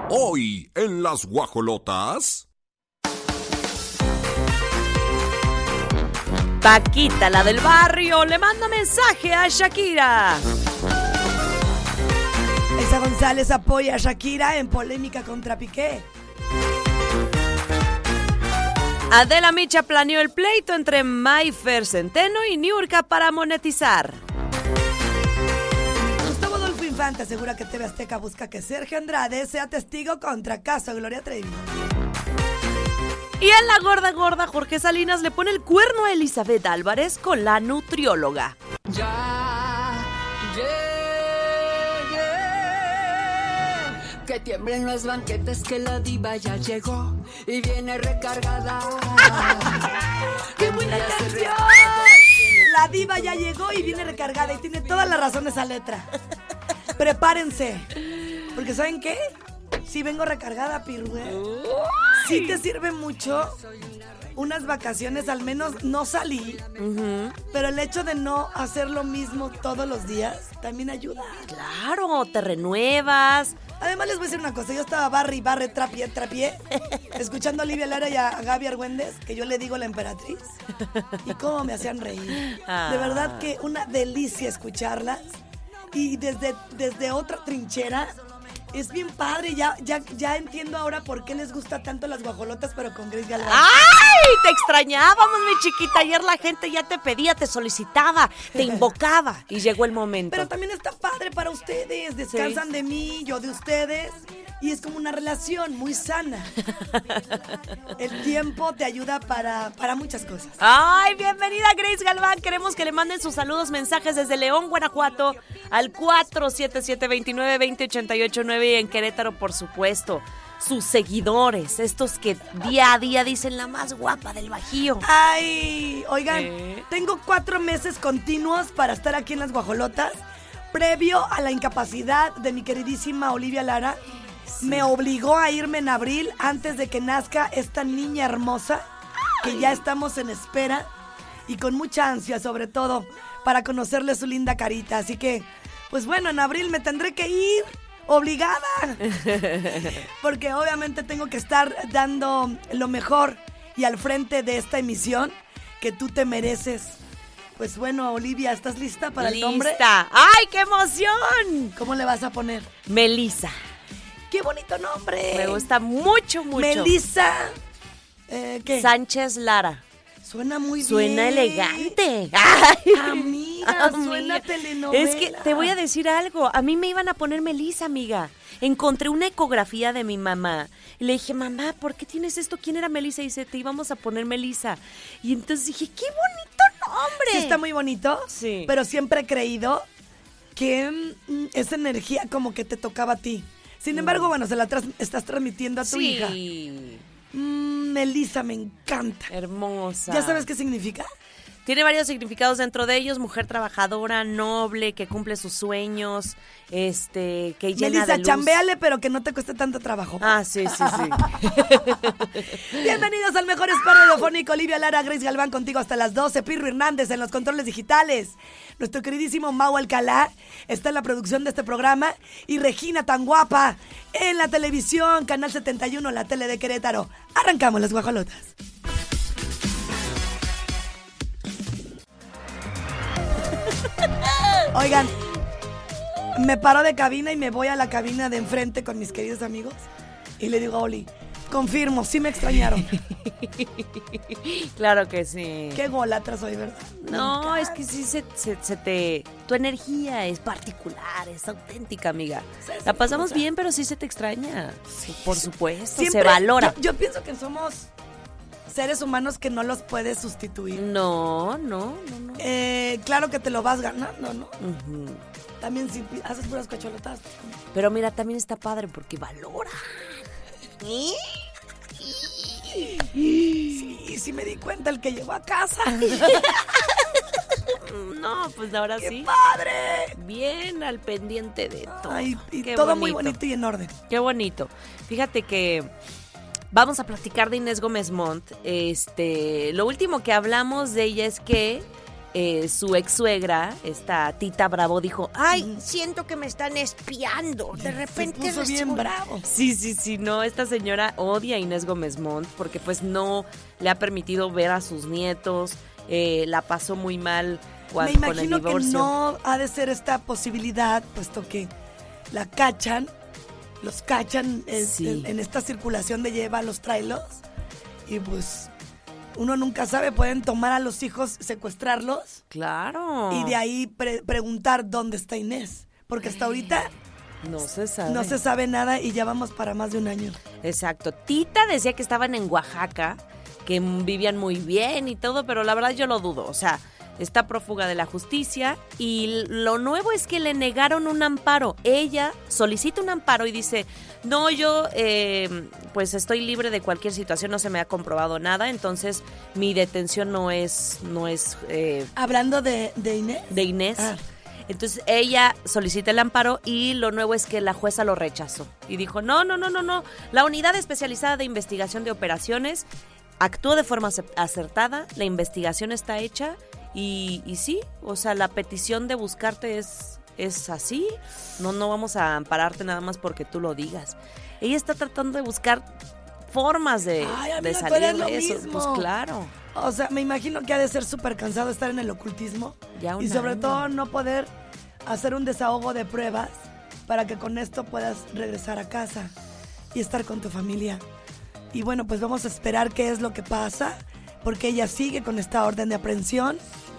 Hoy en Las Guajolotas. Paquita, la del barrio, le manda mensaje a Shakira. Elsa González apoya a Shakira en polémica contra Piqué. Adela Micha planeó el pleito entre Mayfer Centeno y Niurka para monetizar. Gustavo Adolfo Infante asegura que TV Azteca busca que Sergio Andrade sea testigo contra caso Gloria Trevi. Y en la gorda, Jorge Salinas le pone el cuerno a Elizabeth Álvarez con la nutrióloga. Ya llegué, que tiemblen los banquetes, que la diva ya llegó y viene recargada. ¡Qué buena canción! La diva ya llegó y viene recargada y tiene todas las razones esa letra. Prepárense, porque ¿saben qué? Sí vengo recargada, Pirrué. Sí te sirve mucho unas vacaciones, al menos no salí, pero el hecho de no hacer lo mismo todos los días también ayuda. Claro, te renuevas. Además les voy a decir una cosa, yo estaba barre, trapié, escuchando a Olivia Lara y a Gaby Argüéndez, que yo le digo la emperatriz, y cómo me hacían reír. De verdad que una delicia escucharlas, y desde otra trinchera. Es bien padre, ya entiendo ahora por qué les gusta tanto Las Guajolotas, pero con Grace Galván. ¡Ay! Te extrañábamos, mi chiquita. Ayer la gente ya te pedía, te solicitaba, te invocaba y llegó el momento. Pero también está padre para ustedes, descansan de mí, yo de ustedes. Y es como una relación muy sana. El tiempo te ayuda para muchas cosas. ¡Ay, bienvenida Grace Galván! Queremos que le manden sus saludos, mensajes desde León, Guanajuato, al 477-2920-889 y en Querétaro, por supuesto. Sus seguidores, estos que día a día dicen la más guapa del Bajío. ¡Ay! Oigan, tengo 4 meses continuos para estar aquí en Las Guajolotas. Previo a la incapacidad de mi queridísima Olivia Lara, me obligó a irme en abril antes de que nazca esta niña hermosa, que ya estamos en espera y con mucha ansia, sobre todo, para conocerle su linda carita. Así que, pues bueno, en abril me tendré que ir obligada, porque obviamente tengo que estar dando lo mejor y al frente de esta emisión que tú te mereces. Pues bueno, Olivia, ¿estás lista para el nombre? ¡Lista! ¡Ay, qué emoción! ¿Cómo le vas a poner? Melissa. ¡Qué bonito nombre! Me gusta mucho, mucho. Melissa. ¿Qué? Sánchez Lara. Suena muy bien. Suena elegante. Ay. Amiga, suena telenovela. Es que te voy a decir algo. A mí me iban a poner Melissa, amiga. Encontré una ecografía de mi mamá. Y le dije, mamá, ¿por qué tienes esto? ¿Quién era Melissa? Y dice, te íbamos a poner Melissa. Y entonces dije, ¡qué bonito nombre! Sí, está muy bonito. Sí. Pero siempre he creído que esa energía como que te tocaba a ti. Sin embargo, bueno, se la estás transmitiendo a tu hija. Sí. Melissa, me encanta. Hermosa. ¿Ya sabes qué significa? Tiene varios significados dentro de ellos: mujer trabajadora, noble, que cumple sus sueños, que llena Melissa, de luz. chambéale, pero que no te cueste tanto trabajo. Ah, sí. Bienvenidos al mejor spot radiofónico. Olivia Lara, Grace Galván contigo hasta las 12. Pirro Hernández en los controles digitales. Nuestro queridísimo Mau Alcalá está en la producción de este programa. Y Regina tan guapa en la televisión, Canal 71, la tele de Querétaro. Arrancamos Las Guajolotas. Oigan, me paro de cabina y me voy a la cabina de enfrente con mis queridos amigos y le digo a Oli, confirmo, sí me extrañaron. Claro que sí. Qué golatra soy, ¿verdad? No, es que sí tu energía es particular, es auténtica, amiga. La pasamos bien, pero sí se te extraña. Sí, por supuesto, siempre, se valora. Yo pienso que somos seres humanos que no los puedes sustituir. No. Claro que te lo vas ganando, ¿no? Uh-huh. También si haces puras cocholotas. Pero mira, también está padre porque valora. Sí me di cuenta el que llegó a casa. No, pues ahora ¡Qué sí. padre! Bien al pendiente de todo. Ay, y Qué todo muy bonito y en orden. Qué bonito. Fíjate que vamos a platicar de Inés Gómez Montt. Lo último que hablamos de ella es que su ex suegra, esta Tita Bravo, dijo, ay, siento que me están espiando. De repente se puso bien bravo. Sí, no, esta señora odia a Inés Gómez Montt porque pues no le ha permitido ver a sus nietos, la pasó muy mal con el divorcio. Me imagino que no ha de ser esta posibilidad, puesto que los cachan en esta circulación de lleva los trailers y pues uno nunca sabe, pueden tomar a los hijos, secuestrarlos. Claro. Y de ahí preguntar dónde está Inés, porque hasta ahorita no se sabe. No se sabe nada y ya vamos para más de un año. Exacto. Tita decía que estaban en Oaxaca, que vivían muy bien y todo, pero la verdad yo lo dudo, o sea, está prófuga de la justicia y lo nuevo es que le negaron un amparo. Ella solicita un amparo y dice, no, yo pues estoy libre de cualquier situación, no se me ha comprobado nada, entonces mi detención no es ¿hablando de Inés? De Inés. Entonces ella solicita el amparo y lo nuevo es que la jueza lo rechazó y dijo, no, la Unidad Especializada de Investigación de Operaciones actuó de forma acertada, la investigación está hecha. Y sí, o sea, la petición de buscarte es así. No vamos a ampararte nada más porque tú lo digas. Ella está tratando de buscar formas de salir de eso. Mismo. Pues claro. O sea, me imagino que ha de ser súper cansado estar en el ocultismo. Y sobre todo no poder hacer un desahogo de pruebas para que con esto puedas regresar a casa y estar con tu familia. Y bueno, pues vamos a esperar qué es lo que pasa, porque ella sigue con esta orden de aprehensión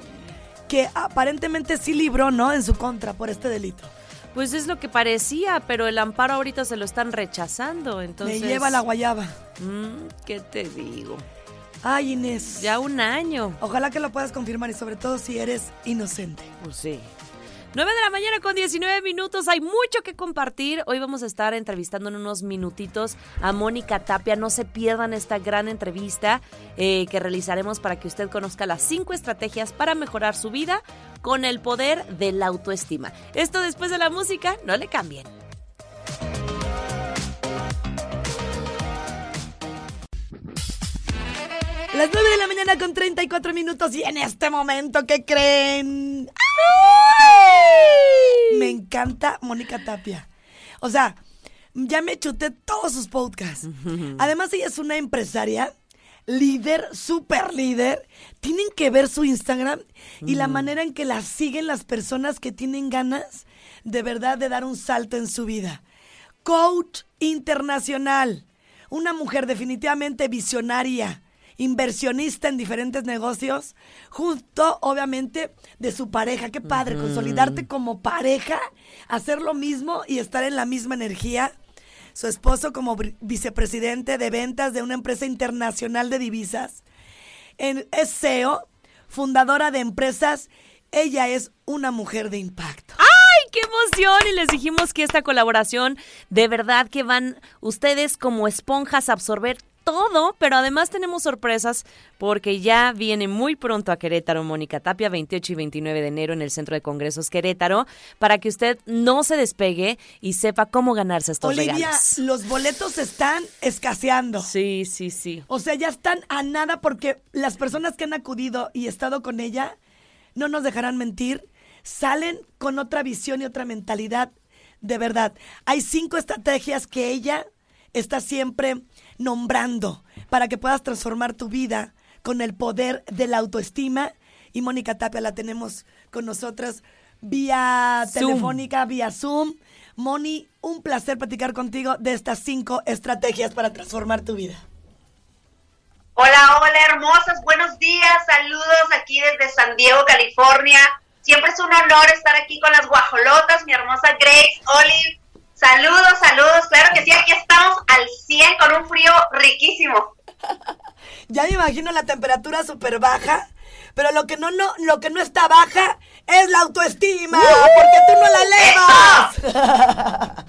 que aparentemente sí libró, ¿no?, en su contra por este delito. Pues es lo que parecía, pero el amparo ahorita se lo están rechazando, entonces... Me lleva la guayaba. ¿Qué te digo? Ay, Inés. Ya un año. Ojalá que lo puedas confirmar y sobre todo si eres inocente. Pues sí. 9:19 con 19 minutos, hay mucho que compartir. Hoy vamos a estar entrevistando en unos minutitos a Mónica Tapia. No se pierdan esta gran entrevista que realizaremos para que usted conozca las 5 estrategias para mejorar su vida con el poder de la autoestima. Esto después de la música, no le cambien. Las 9 de la mañana con 34 minutos y en este momento, ¿qué creen? ¡Ay! Me encanta Mónica Tapia. O sea, ya me chuté todos sus podcasts. Además, ella es una empresaria, líder, súper líder. Tienen que ver su Instagram y la manera en que la siguen las personas que tienen ganas de verdad de dar un salto en su vida. Coach internacional. Una mujer definitivamente visionaria, inversionista en diferentes negocios, justo, obviamente, de su pareja. Qué padre, consolidarte como pareja, hacer lo mismo y estar en la misma energía. Su esposo como vicepresidente de ventas de una empresa internacional de divisas. Es CEO, fundadora de empresas. Ella es una mujer de impacto. ¡Ay, qué emoción! Y les dijimos que esta colaboración, de verdad que van ustedes como esponjas a absorber todo, pero además tenemos sorpresas porque ya viene muy pronto a Querétaro Mónica Tapia, 28 y 29 de enero en el Centro de Congresos Querétaro, para que usted no se despegue y sepa cómo ganarse estos regalos. Olivia, los boletos están escaseando. Sí. O sea, ya están a nada porque las personas que han acudido y estado con ella, no nos dejarán mentir, salen con otra visión y otra mentalidad. De verdad, hay 5 estrategias que ella está siempre nombrando para que puedas transformar tu vida con el poder de la autoestima. Y Mónica Tapia la tenemos con nosotras vía telefónica, vía Zoom. Moni, un placer platicar contigo de estas 5 estrategias para transformar tu vida. Hola, hermosas, buenos días, saludos aquí desde San Diego, California. Siempre es un honor estar aquí con las guajolotas, mi hermosa Grace, Olive. Saludos, claro que sí, aquí estamos al 100 con un frío riquísimo. Ya me imagino la temperatura súper baja, pero lo que no está baja es la autoestima, porque tú no la elevas.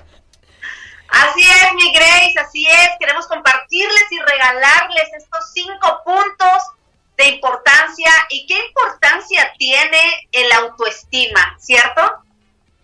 Así es, mi Grace, así es. Queremos compartirles y regalarles estos 5 puntos de importancia. ¿Y qué importancia tiene el autoestima, cierto?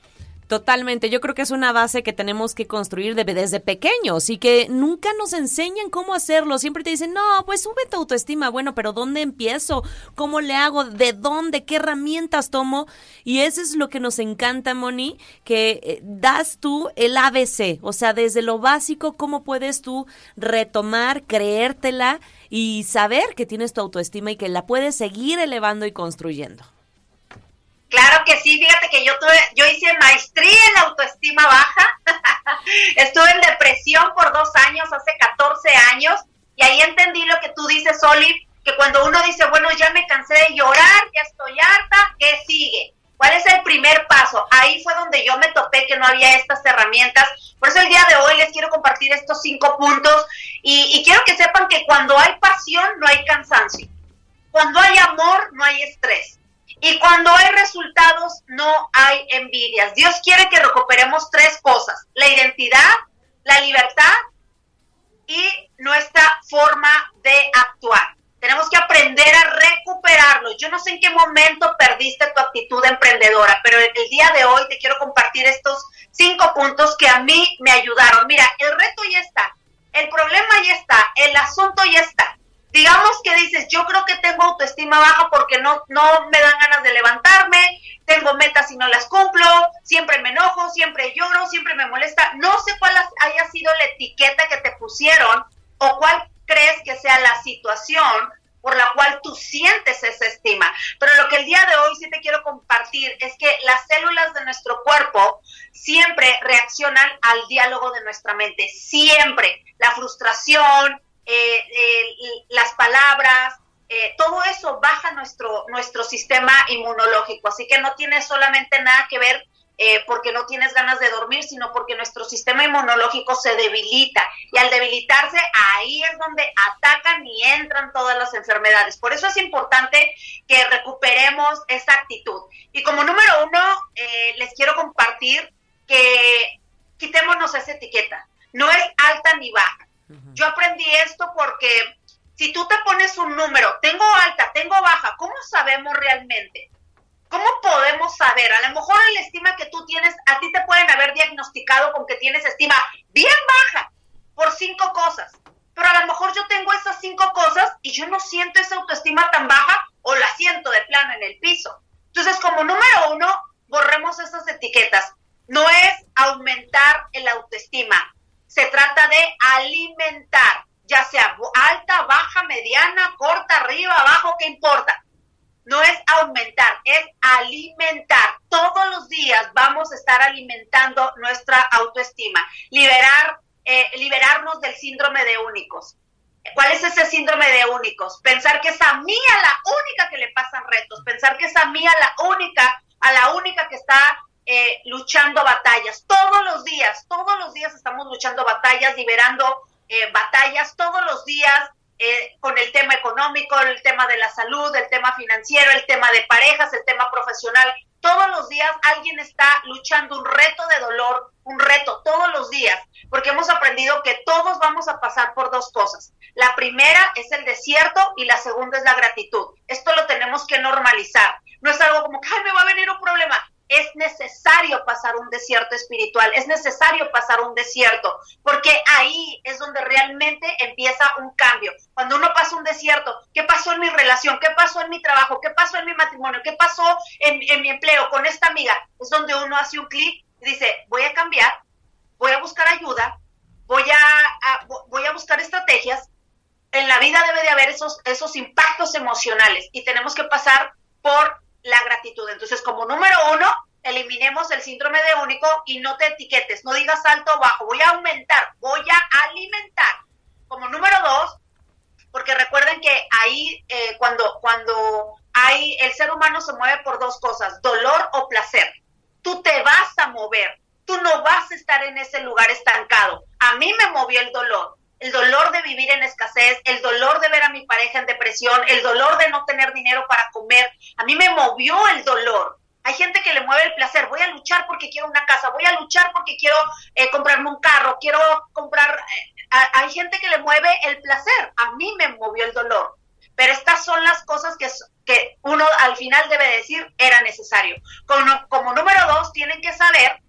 Totalmente, yo creo que es una base que tenemos que construir desde pequeños y que nunca nos enseñan cómo hacerlo. Siempre te dicen, no, pues sube tu autoestima. Bueno, pero ¿dónde empiezo? ¿Cómo le hago? ¿De dónde? ¿Qué herramientas tomo? Y eso es lo que nos encanta, Moni, que das tú el ABC, o sea, desde lo básico, cómo puedes tú retomar, creértela y saber que tienes tu autoestima y que la puedes seguir elevando y construyendo. Claro que sí, fíjate que yo hice maestría en autoestima baja, estuve en depresión por 2 años, hace 14 años, y ahí entendí lo que tú dices, Oli, que cuando uno dice, bueno, ya me cansé de llorar, ya estoy harta, ¿qué sigue? ¿Cuál es el primer paso? Ahí fue donde yo me topé que no había estas herramientas, por eso el día de hoy les quiero compartir estos 5 puntos, y quiero que sepan que cuando hay pasión no hay cansancio, cuando hay amor no hay estrés. Y cuando hay resultados, no hay envidias. Dios quiere que recuperemos 3 cosas: la identidad, la libertad y nuestra forma de actuar. Tenemos que aprender a recuperarlo. Yo no sé en qué momento perdiste tu actitud emprendedora, pero el día de hoy te quiero compartir estos 5 puntos que a mí me ayudaron. Mira, el reto ya está, el problema ya está, el asunto ya está. Digamos que dices, yo creo que tengo autoestima baja porque no me dan ganas de levantarme, tengo metas y no las cumplo, siempre me enojo, siempre lloro, siempre me molesta. No sé cuál haya sido la etiqueta que te pusieron o cuál crees que sea la situación por la cual tú sientes esa estima. Pero lo que el día de hoy sí te quiero compartir es que las células de nuestro cuerpo siempre reaccionan al diálogo de nuestra mente. Siempre. La frustración, las palabras, todo eso baja nuestro sistema inmunológico, así que no tiene solamente nada que ver porque no tienes ganas de dormir, sino porque nuestro sistema inmunológico se debilita, y al debilitarse ahí es donde atacan y entran todas las enfermedades. Por eso es importante que recuperemos esa actitud. Y como número 1, les quiero compartir que quitémonos esa etiqueta. No es alta ni baja. Yo aprendí esto porque si tú te pones un número, tengo alta, tengo baja, ¿cómo sabemos realmente? ¿Cómo podemos saber? A lo mejor la estima que tú tienes, a ti te pueden haber diagnosticado con que tienes estima bien baja por 5 cosas, pero a lo mejor yo tengo esas 5 cosas y yo no siento esa autoestima tan baja o la siento de plano en el piso. Entonces, como número 1, borremos esas etiquetas. No es aumentar el autoestima. Se trata de alimentar, ya sea alta, baja, mediana, corta, arriba, abajo, ¿qué importa? No es aumentar, es alimentar. Todos los días vamos a estar alimentando nuestra autoestima. Liberarnos del síndrome de únicos. ¿Cuál es ese síndrome de únicos? Pensar que es a mí a la única que le pasan retos, pensar que es a mí a la única que está luchando batallas. Todos los días estamos luchando batallas, liberando batallas todos los días, con el tema económico, el tema de la salud, el tema financiero, el tema de parejas, el tema profesional. Todos los días alguien está luchando un reto de dolor, un reto todos los días, porque hemos aprendido que todos vamos a pasar por 2 cosas. La primera es el desierto y la segunda es la gratitud. Esto lo tenemos que normalizar. No es algo como que, ay, me va a venir un problema. Es necesario pasar un desierto espiritual, es necesario pasar un desierto, porque ahí es donde realmente empieza un cambio. Cuando uno pasa un desierto, ¿qué pasó en mi relación? ¿Qué pasó en mi trabajo? ¿Qué pasó en mi matrimonio? ¿Qué pasó en mi empleo con esta amiga? Es donde uno hace un clic y dice, voy a cambiar, voy a buscar ayuda, voy a buscar estrategias. En la vida debe de haber esos impactos emocionales y tenemos que pasar por la gratitud. Entonces, como número 1, eliminemos el síndrome de único y no te etiquetes, no digas alto o bajo, voy a aumentar, voy a alimentar. Como número 2, porque recuerden que ahí cuando hay, el ser humano se mueve por 2 cosas, dolor o placer. Tú te vas a mover, tú no vas a estar en ese lugar estancado. A mí me movió el dolor de vivir en escasez, el dolor de ver a mi pareja en depresión, el dolor de no tener dinero para comer. A mí me movió el dolor. Hay gente que le mueve el placer. Voy a luchar porque quiero una casa, voy a luchar porque quiero comprarme un carro, quiero comprar... hay gente que le mueve el placer. A mí me movió el dolor. Pero estas son las cosas que uno al final debe decir era necesario. Como número 2, tienen que saber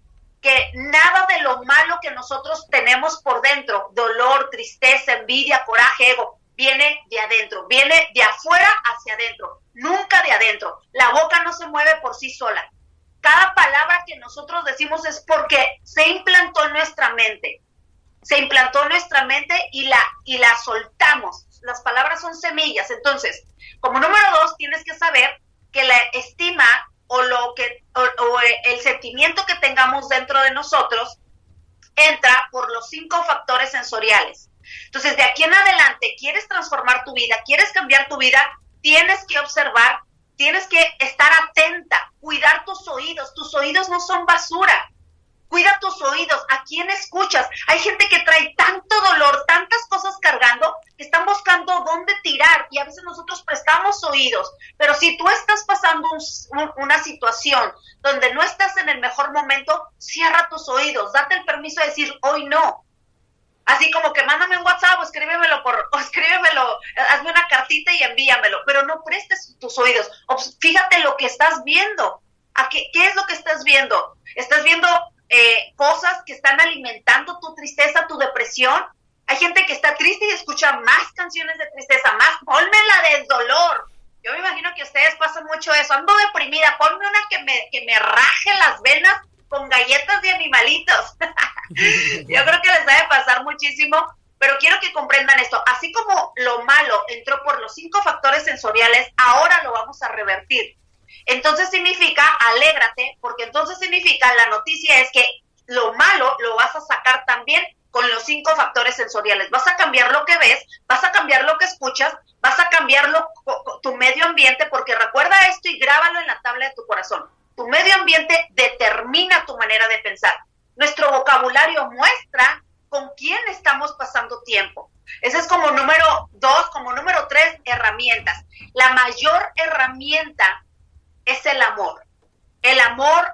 que nada de lo malo que nosotros tenemos por dentro, dolor, tristeza, envidia, coraje, ego, viene de adentro, viene de afuera hacia adentro, nunca de adentro. La boca no se mueve por sí sola. Cada palabra que nosotros decimos es porque se implantó en nuestra mente. Se implantó en nuestra mente y la soltamos. Las palabras son semillas. Entonces, como número 2, tienes que saber que la estima o el sentimiento que tengamos dentro de nosotros entra por los 5 factores sensoriales. Entonces, de aquí en adelante, quieres transformar tu vida, quieres cambiar tu vida, tienes que observar, tienes que estar atenta, cuidar tus oídos no son basura. Cuida tus oídos, ¿a quién escuchas? Hay gente que trae tanto dolor, tantas cosas cargando, que están buscando dónde tirar y a veces nosotros prestamos oídos. Pero si tú estás pasando una situación donde no estás en el mejor momento, cierra tus oídos, date el permiso de decir, hoy no. Así como que mándame un WhatsApp o escríbemelo, hazme una cartita y envíamelo, pero no prestes tus oídos. Fíjate lo que estás viendo. ¿Qué es lo que estás viendo? ¿Estás viendo cosas que están alimentando tu tristeza, tu depresión? Hay gente que está triste y escucha más canciones de tristeza, ponme la del dolor. Yo me imagino que ustedes pasan mucho eso. Ando deprimida, ponme una que me raje las venas con galletas de animalitos. Yo creo que les debe pasar muchísimo, pero quiero que comprendan esto. Así como lo malo entró por los 5 factores sensoriales, ahora lo vamos a revertir. Entonces significa, alégrate, porque entonces significa, la noticia es que lo malo lo vas a sacar también con los 5 factores sensoriales. Vas a cambiar lo que ves, vas a cambiar lo que escuchas, vas a cambiar tu medio ambiente, porque recuerda esto y grábalo en la tabla de tu corazón. Tu medio ambiente determina tu manera de pensar. Nuestro vocabulario muestra con quién estamos pasando tiempo. Ese es como número 2, como número 3, herramientas. La mayor herramienta es el amor. El amor,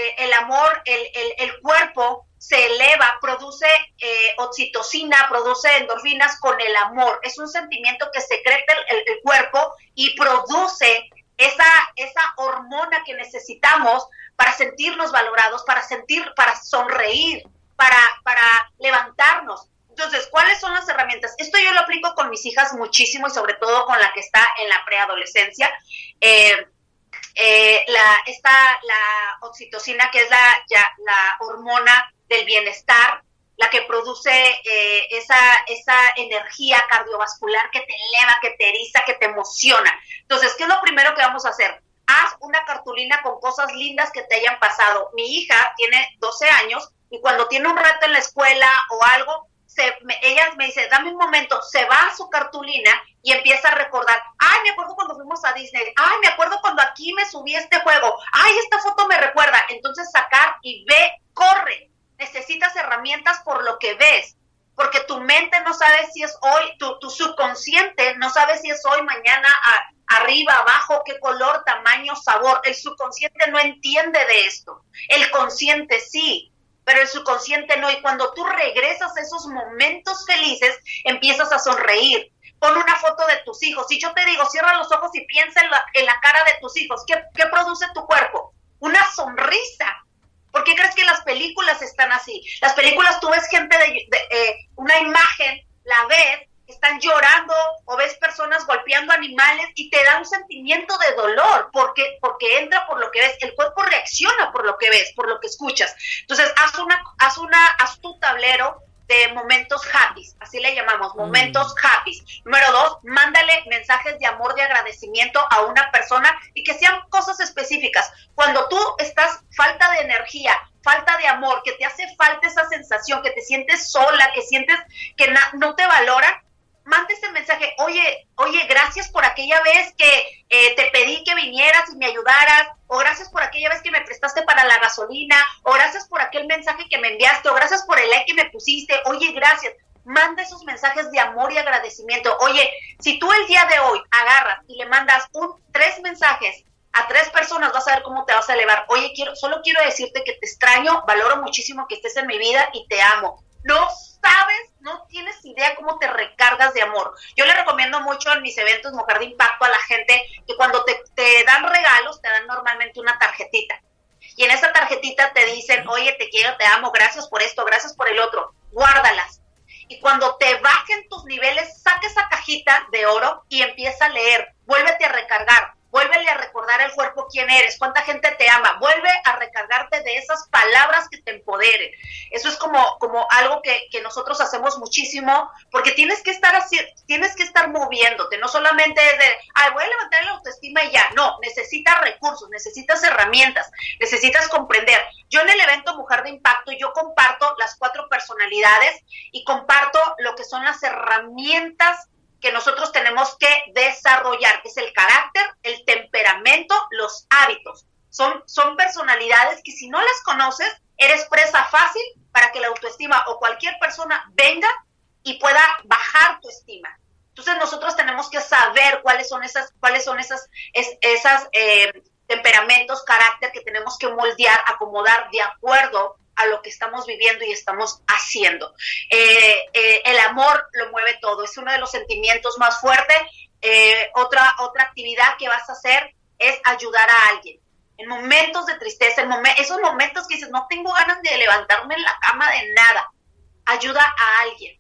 el cuerpo se eleva, produce oxitocina, produce endorfinas con el amor. Es un sentimiento que secreta el cuerpo y produce esa hormona que necesitamos para sentirnos valorados, para sonreír, para levantarnos. Entonces, ¿cuáles son las herramientas? Esto yo lo aplico con mis hijas muchísimo y sobre todo con la que está en la preadolescencia. La oxitocina, que es la hormona del bienestar, la que produce esa energía cardiovascular que te eleva, que te eriza, que te emociona. Entonces, ¿qué es lo primero que vamos a hacer? Haz una cartulina con cosas lindas que te hayan pasado. Mi hija tiene 12 años y cuando tiene un reto en la escuela o algo, ella me dice, dame un momento, se va a su cartulina y empieza a recordar, ay, me acuerdo cuando fuimos a Disney, ay, me acuerdo cuando aquí me subí a este juego, ay, esta foto me recuerda. Entonces sacar y ve, corre. Necesitas herramientas por lo que ves, porque tu mente no sabe si es hoy, tu subconsciente no sabe si es hoy, mañana, arriba, abajo, qué color, tamaño, sabor. El subconsciente no entiende de esto, el consciente sí, pero el subconsciente no. Y cuando tú regresas a esos momentos felices, empiezas a sonreír. Pon una foto de tus hijos. Si yo te digo, cierra los ojos y piensa en la cara de tus hijos, ¿qué produce tu cuerpo? Una sonrisa. ¿Por qué crees que las películas están así? Las películas, tú ves gente una imagen, la ves, están llorando, o ves personas golpeando animales y te da un sentimiento de dolor, porque entra por lo que ves. El cuerpo reacciona por lo que ves, por lo que escuchas. Entonces, haz tu tablero de momentos happy, así le llamamos, momentos happy. Número 2, mándale mensajes de amor, de agradecimiento a una persona y que sean cosas específicas. Cuando tú estás falta de energía, falta de amor, que te hace falta esa sensación, que te sientes sola, que sientes que no te valoran, manda ese mensaje, oye, gracias por aquella vez que te pedí que vinieras y me ayudaras, o gracias por aquella vez que me prestaste para la gasolina, o gracias por aquel mensaje que me enviaste, o gracias por el like que me pusiste, oye, gracias. Manda esos mensajes de amor y agradecimiento. Oye, si tú el día de hoy agarras y le mandas 3 mensajes a 3 personas, vas a ver cómo te vas a elevar. Oye, solo quiero decirte que te extraño, valoro muchísimo que estés en mi vida y te amo. No sabes, no tienes idea cómo te recargas de amor. Yo le recomiendo mucho en mis eventos Mujer de Impacto a la gente que cuando te dan regalos, te dan normalmente una tarjetita. y en esa tarjetita te dicen, oye, te quiero, te amo, gracias por esto, gracias por el otro, guárdalas. Y cuando te bajen tus niveles, saca esa cajita de oro y empieza a leer, vuélvete a recargar. Vuélvele a recordar al cuerpo quién eres, cuánta gente te ama. Vuelve a recargarte de esas palabras que te empoderen. Eso es como algo que nosotros hacemos muchísimo, porque tienes que estar moviéndote. No solamente es de, voy a levantar la autoestima y ya. No, necesitas recursos, necesitas herramientas, necesitas comprender. Yo en el evento Mujer de Impacto, yo comparto las 4 personalidades y comparto lo que son las herramientas que nosotros tenemos que desarrollar, que es el carácter, el temperamento, los hábitos. Son personalidades que si no las conoces, eres presa fácil para que la autoestima o cualquier persona venga y pueda bajar tu estima. Entonces nosotros tenemos que saber cuáles son esas temperamentos, carácter que tenemos que moldear, acomodar de acuerdo a lo que estamos viviendo y estamos haciendo. El amor lo mueve todo, es uno de los sentimientos más fuertes. Otra actividad que vas a hacer es ayudar a alguien. En momentos de tristeza, esos momentos que dices, no tengo ganas de levantarme en la cama de nada, ayuda a alguien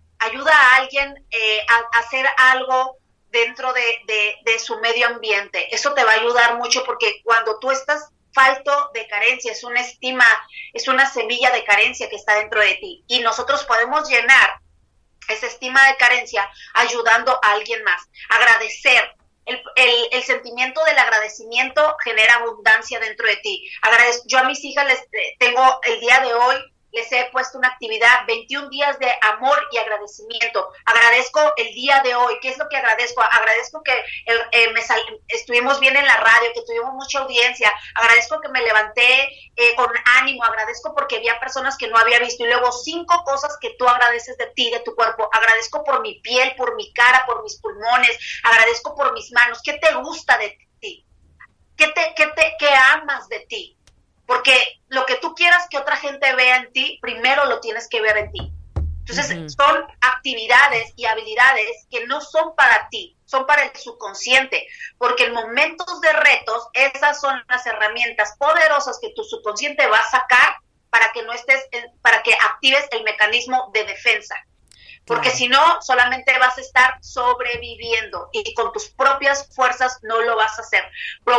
a hacer algo dentro de su medio ambiente. Eso te va a ayudar mucho, porque cuando tú estás falto de carencia, es una semilla de carencia que está dentro de ti, y nosotros podemos llenar esa estima de carencia ayudando a alguien más. Agradecer, el sentimiento del agradecimiento genera abundancia dentro de ti. Yo a mis hijas tengo el día de hoy, les he puesto una actividad, 21 días de amor y agradecimiento. Agradezco el día de hoy. ¿Qué es lo que agradezco? Agradezco que estuvimos bien en la radio, que tuvimos mucha audiencia. Agradezco que me levanté con ánimo. Agradezco porque había personas que no había visto. Y luego 5 cosas que tú agradeces de ti, de tu cuerpo. Agradezco por mi piel, por mi cara, por mis pulmones. Agradezco por mis manos. ¿Qué te gusta de ti? ¿Qué amas de ti? Porque lo que tú quieras que otra gente vea en ti, primero lo tienes que ver en ti. Entonces, son actividades y habilidades que no son para ti, son para el subconsciente, porque en momentos de retos, esas son las herramientas poderosas que tu subconsciente va a sacar para que actives el mecanismo de defensa. Porque si no, solamente vas a estar sobreviviendo y con tus propias fuerzas no lo vas a hacer.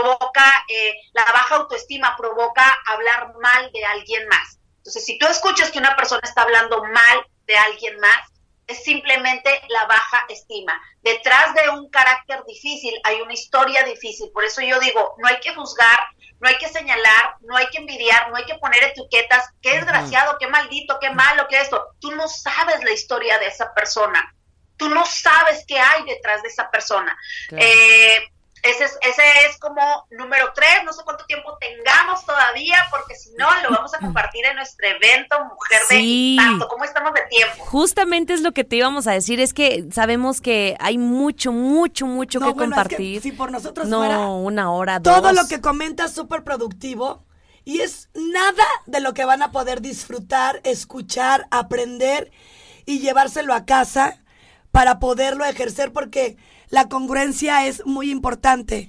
La baja autoestima provoca hablar mal de alguien más. Entonces, si tú escuchas que una persona está hablando mal de alguien más, es simplemente la baja estima. Detrás de un carácter difícil hay una historia difícil. Por eso yo digo, no hay que juzgar, no hay que señalar, no hay que envidiar, no hay que poner etiquetas. Qué desgraciado, qué maldito, qué malo, qué esto. Tú no sabes la historia de esa persona. Tú no sabes qué hay detrás de esa persona. Claro. Ese es como número 3. No sé cuánto tiempo tengamos todavía, porque si no, lo vamos a compartir en nuestro evento Mujer de Impacto. ¿Cómo estamos de tiempo? Justamente es lo que te íbamos a decir. Es que sabemos que hay mucho que compartir. Es que si por nosotros fuera una hora, 2. Todo lo que comentas es súper productivo y es nada de lo que van a poder disfrutar, escuchar, aprender y llevárselo a casa para poderlo ejercer, porque la congruencia es muy importante.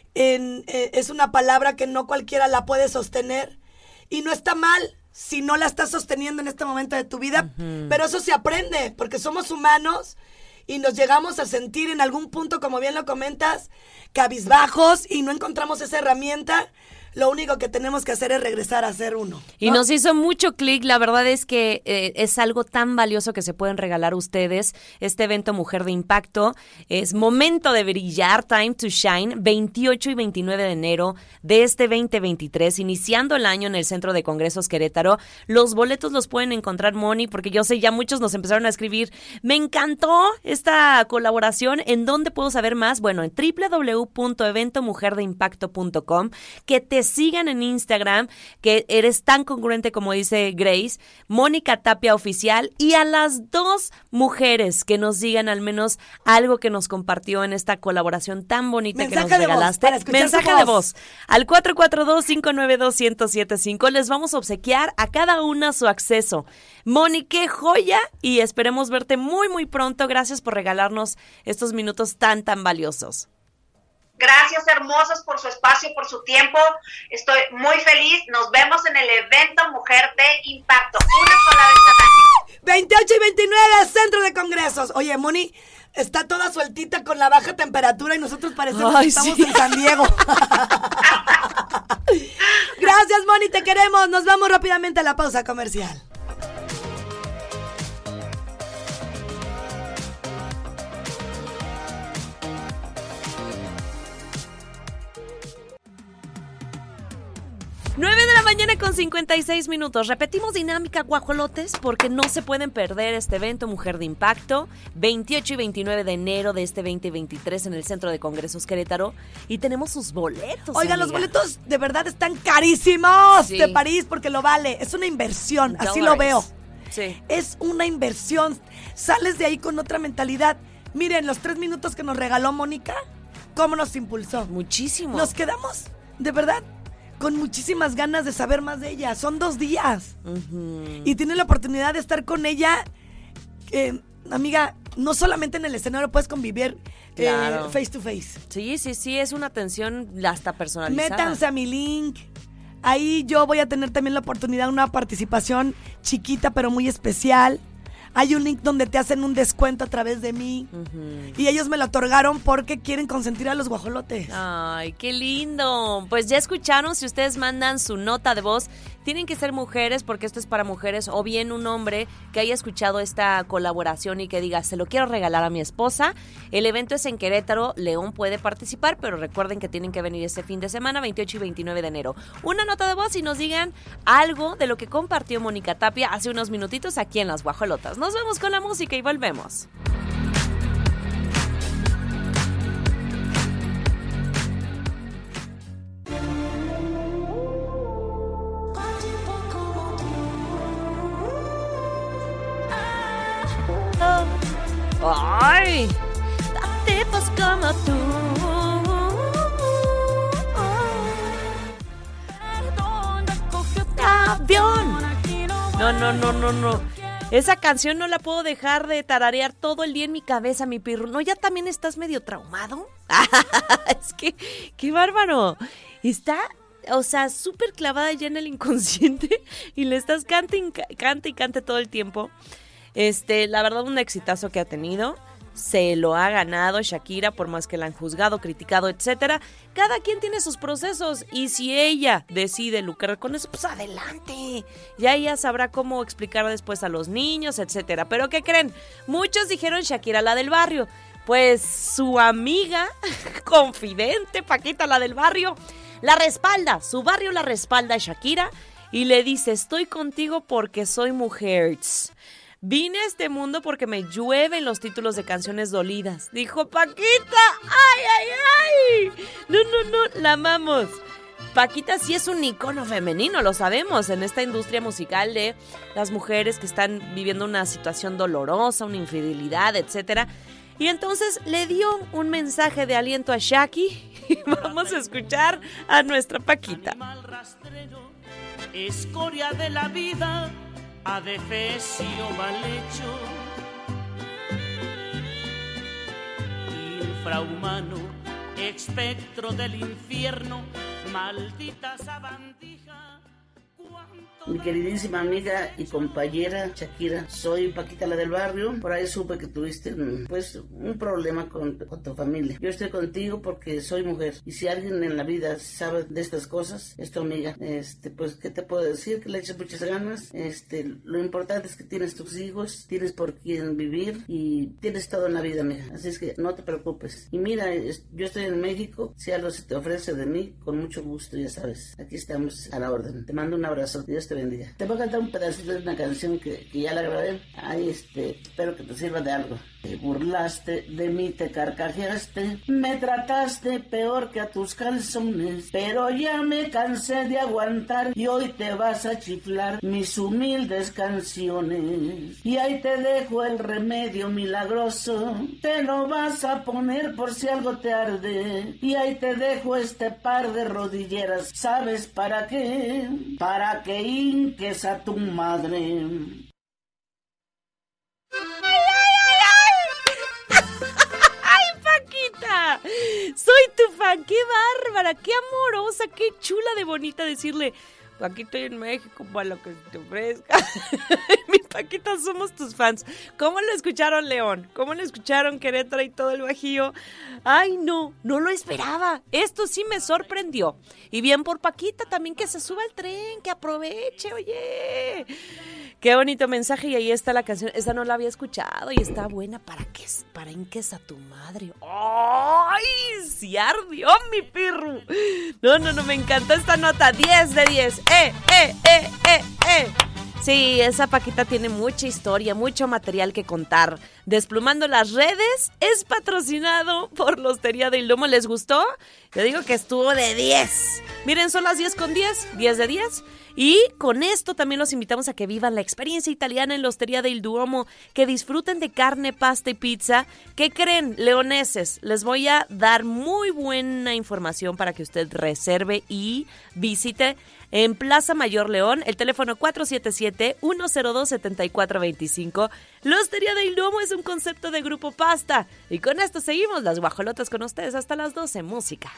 Es una palabra que no cualquiera la puede sostener y no está mal si no la estás sosteniendo en este momento de tu vida, pero eso se aprende porque somos humanos y nos llegamos a sentir en algún punto, como bien lo comentas, cabizbajos y no encontramos esa herramienta. Lo único que tenemos que hacer es regresar a ser uno, ¿no? Y nos hizo mucho clic. La verdad es que es algo tan valioso que se pueden regalar ustedes. Este evento Mujer de Impacto es momento de brillar, time to shine, 28 y 29 de enero de este 2023, iniciando el año en el Centro de Congresos Querétaro. Los boletos los pueden encontrar, Moni, porque yo sé, ya muchos nos empezaron a escribir. Me encantó esta colaboración. ¿En dónde puedo saber más? Bueno, en www.eventomujerdeimpacto.com. Que te sigan en Instagram, que eres tan congruente como dice Grace, Mónica Tapia Oficial, y a las 2 mujeres que nos digan al menos algo que nos compartió en esta colaboración tan bonita que nos regalaste. Mensaje de voz al 442-592-1075. Les vamos a obsequiar a cada una su acceso. Moni, qué joya, y esperemos verte muy pronto. Gracias por regalarnos estos minutos tan valiosos. Gracias, hermosas, por su espacio, por su tiempo. Estoy muy feliz. Nos vemos en el evento Mujer de Impacto, una sola vez al año. 28 y 29, Centro de Congresos. Oye, Moni está toda sueltita con la baja temperatura y nosotros parecemos que estamos en San Diego. Gracias, Moni, te queremos. Nos vamos rápidamente a la pausa comercial. Mañana con 56 minutos. Repetimos dinámica guajolotes porque no se pueden perder este evento Mujer de Impacto, 28 y 29 de enero de este 2023 en el Centro de Congresos Querétaro. Y tenemos sus boletos. Oigan, amiga. Los boletos de verdad están carísimos Sí. de París porque lo vale. Es una inversión, así lo veo. Sí. Es una inversión. Sales de ahí con otra mentalidad. Miren, los 3 minutos que nos regaló Mónica, ¿cómo nos impulsó? Muchísimo. Nos quedamos, de verdad, con muchísimas ganas de saber más de ella. Son 2 días. Y tienes la oportunidad de estar con ella. Amiga, no solamente en el escenario puedes convivir Claro. face to face. Sí, es una atención hasta personalizada. Métanse a mi link. Ahí yo voy a tener también la oportunidad de una participación chiquita pero muy especial. Hay un link donde te hacen un descuento a través de mí. Y ellos me lo otorgaron porque quieren consentir a los guajolotes. Ay, qué lindo. Pues ya escucharon, si ustedes mandan su nota de voz, tienen que ser mujeres porque esto es para mujeres, o bien un hombre que haya escuchado esta colaboración y que diga, se lo quiero regalar a mi esposa. El evento es en Querétaro, León puede participar, pero recuerden que tienen que venir este fin de semana, 28 y 29 de enero. Una nota de voz y nos digan algo de lo que compartió Mónica Tapia hace unos minutitos aquí en Las Guajolotas. Nos vemos con la música y volvemos. ¡Ay! Tipos como tú. ¡Avión! No. Esa canción no la puedo dejar de tararear todo el día en mi cabeza, mi pirro. ¿No ya también estás medio traumado? Es que, qué bárbaro. Está, o sea, súper clavada ya en el inconsciente y le estás cante y cante todo el tiempo. La verdad, un exitazo que ha tenido. Se lo ha ganado Shakira, por más que la han juzgado, criticado, etcétera. Cada quien tiene sus procesos y si ella decide lucrar con eso, pues adelante. Ya ella sabrá cómo explicar después a los niños, etcétera. Pero ¿qué creen? Muchos dijeron Shakira, la del barrio. Pues su amiga, confidente, Paquita, la del barrio, la respalda. Su barrio la respalda a Shakira y le dice, estoy contigo porque soy mujer. Vine a este mundo porque me llueven los títulos de canciones dolidas. Dijo Paquita. ¡Ay! No, la amamos. Paquita sí es un icono femenino, lo sabemos, en esta industria musical de las mujeres que están viviendo una situación dolorosa, una infidelidad, etcétera. Y entonces le dio un mensaje de aliento a Shaki y vamos a escuchar a nuestra Paquita. Animal rastrero, escoria de la vida, adefesio mal hecho, infrahumano, espectro del infierno, maldita sabandija. Mi queridísima amiga y compañera Shakira, soy Paquita, la del barrio. Por ahí supe que tuviste un problema con tu familia. Yo estoy contigo porque soy mujer. Y si alguien en la vida sabe de estas cosas, es tu amiga. Pues, ¿qué te puedo decir? Que le eches muchas ganas. Lo importante es que tienes tus hijos, tienes por quién vivir y tienes todo en la vida, amiga. Así es que no te preocupes. Y mira, yo estoy en México. Si algo se te ofrece de mí, con mucho gusto, ya sabes. Aquí estamos a la orden. Te mando un abrazo. Dios te bendiga. Te voy a cantar un pedacito de una canción que ya la grabé. Ahí espero que te sirva de algo. Te burlaste de mí, te carcajeaste, me trataste peor que a tus calzones, pero ya me cansé de aguantar y hoy te vas a chiflar mis humildes canciones. Y ahí te dejo el remedio milagroso, te lo vas a poner por si algo te arde. Y ahí te dejo este par de rodilleras, ¿sabes para qué? Para que hinques a tu madre. Soy tu fan. ¡Qué bárbara! ¡Qué amorosa! ¡Qué chula de bonita decirle! Aquí estoy en México para lo que te ofrezca. Mi Paquita, somos tus fans. ¿Cómo lo escucharon, León? ¿Cómo lo escucharon, Querétaro y todo el Bajío? Ay, no lo esperaba. Esto sí me sorprendió. Y bien por Paquita también, que se suba al tren, que aproveche, oye. Qué bonito mensaje, y ahí está la canción. Esa no la había escuchado y está buena. ¿Para qué? Para enques a tu madre. ¡Ay! Sí ardió, mi pirru. No, me encantó esta nota. 10 de 10. Sí, esa Paquita tiene mucha historia, mucho material que contar. Desplumando las redes es patrocinado por la Hostería del Lomo. ¿Les gustó? Yo digo que estuvo de 10. Miren, son las 10 con 10, 10 de 10. Y con esto también los invitamos a que vivan la experiencia italiana en la Hostería del Duomo, que disfruten de carne, pasta y pizza. ¿Qué creen, leoneses? Les voy a dar muy buena información para que usted reserve y visite en Plaza Mayor León, el teléfono 477-102-7425. La Hostería del Duomo es un concepto de Grupo Pasta. Y con esto seguimos las guajolotas con ustedes hasta las 12. Música.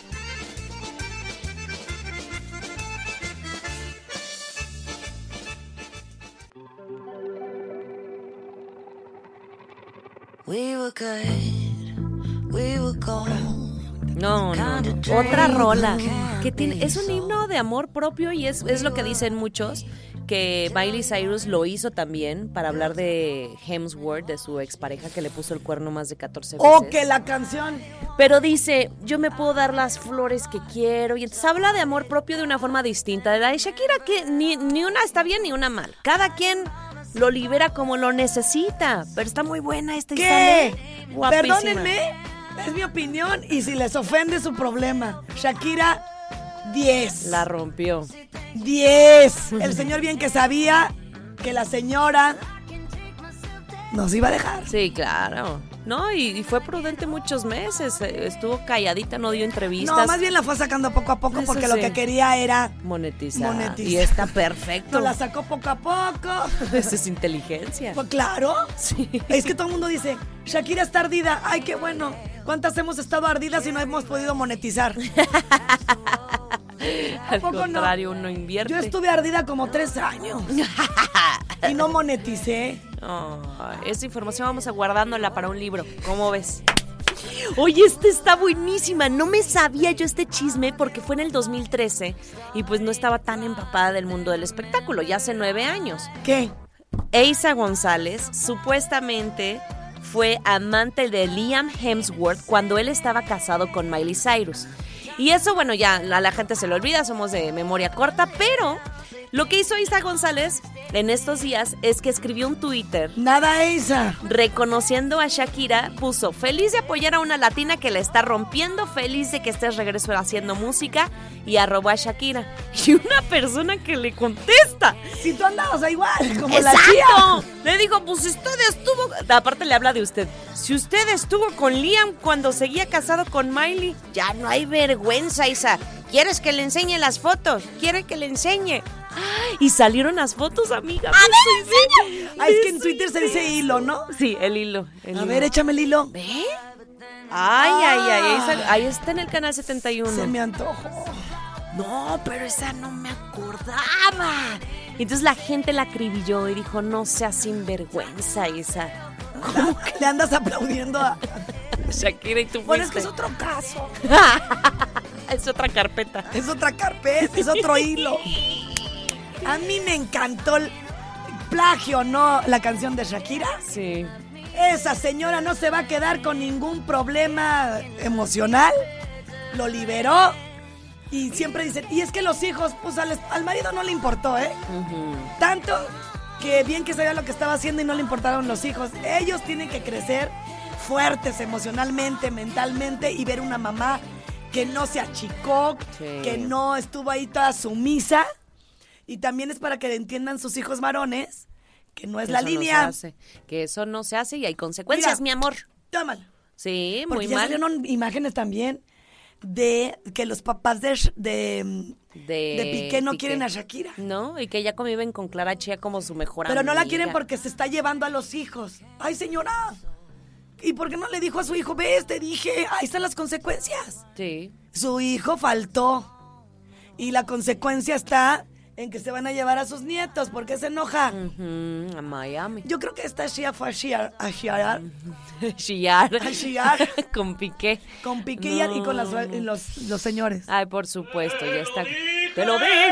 No, otra rola que tiene, es un himno de amor propio y es lo que dicen muchos, que Miley Cyrus lo hizo también para hablar de Hemsworth, de su expareja que le puso el cuerno más de 14 veces. ¡Oh, que la canción! Pero dice, yo me puedo dar las flores que quiero, y entonces habla de amor propio de una forma distinta. De la de Shakira, que ni una está bien ni una mal. Cada quien lo libera como lo necesita, pero está muy buena esta ¿Qué? Guapísima. Perdónenme, es mi opinión y si les ofende su problema. Shakira, 10. La rompió. 10. El señor bien que sabía que la señora nos iba a dejar. Sí, claro. No, y fue prudente muchos meses. Estuvo calladita, no dio entrevistas. No, más bien la fue sacando poco a poco. Eso porque sí, lo que quería era monetizar. Y está perfecto. No, la sacó poco a poco. Esa es inteligencia. Pues claro. Sí. Es que todo el mundo dice, Shakira está ardida. Ay, qué bueno. ¿Cuántas hemos estado ardidas y no hemos podido monetizar? Al contrario, uno invierte. Yo estuve ardida como 3 años. Y no moneticé. Oh, esa información vamos a guardándola para un libro. ¿Cómo ves? Oye, esta está buenísima. No me sabía yo este chisme porque fue en el 2013 y pues no estaba tan empapada del mundo del espectáculo. Ya hace 9 años. ¿Qué? Eiza González supuestamente fue amante de Liam Hemsworth cuando él estaba casado con Miley Cyrus. Y eso, bueno, ya a la gente se lo olvida, somos de memoria corta, pero lo que hizo Eiza González en estos días es que escribió un Twitter. Nada, Eiza. Reconociendo a Shakira, puso: feliz de apoyar a una latina que la está rompiendo, feliz de que estés regreso haciendo música, y arrobó a Shakira. Y una persona que le contesta. Si tú andabas igual, como ¡exacto! La tía. Le dijo, pues usted estuvo... Aparte le habla de usted. Si usted estuvo con Liam cuando seguía casado con Miley, ya no hay vergüenza, Isa. ¿Quieres que le enseñe las fotos? ¿Quiere que le enseñe? Y salieron las fotos, amiga. ¡A ver, enseña! Ay, es que en Twitter se dice hilo, ¿no? Sí, el hilo. A ver, échame el hilo. ¿Ve? Ay, ahí está en el canal 71. Se me antojó. No, pero esa no me acordaba. Entonces la gente la acribilló y dijo, no seas sinvergüenza, esa. ¿Cómo que le andas aplaudiendo a Shakira y tú fuiste? Bueno, es que es otro caso. Es otra carpeta. Es otra carpeta, es otro hilo. A mí me encantó el plagio, ¿no? La canción de Shakira. Sí. Esa señora no se va a quedar con ningún problema emocional. Lo liberó. Y siempre dicen, y es que los hijos, pues al marido no le importó, ¿eh? Uh-huh. Tanto que bien que sabía lo que estaba haciendo y no le importaron los hijos. Ellos tienen que crecer fuertes emocionalmente, mentalmente, y ver una mamá que no se achicó, sí, que no estuvo ahí toda sumisa. Y también es para que entiendan sus hijos varones que no es la línea. No se hace, que eso no se hace y hay consecuencias. Mira, mi amor. Tómalo. Sí, porque muy ya mal. salieron imágenes también de que los papás de Piqué no quieren a Shakira. No, y que ya conviven con Clara Chía como su mejor amiga. Pero no la quieren porque se está llevando a los hijos. ¡Ay, señora! ¿Y por qué no le dijo a su hijo, ves, te dije, ahí están las consecuencias? Sí. Su hijo faltó. Y la consecuencia está en que se van a llevar a sus nietos. ¿Por qué se enoja? A Miami. Yo creo que esta Shia fue a Shiar. Con Piqué. Con Piqué y con los señores. Ay, por supuesto, ya está. ¡Te lo dije!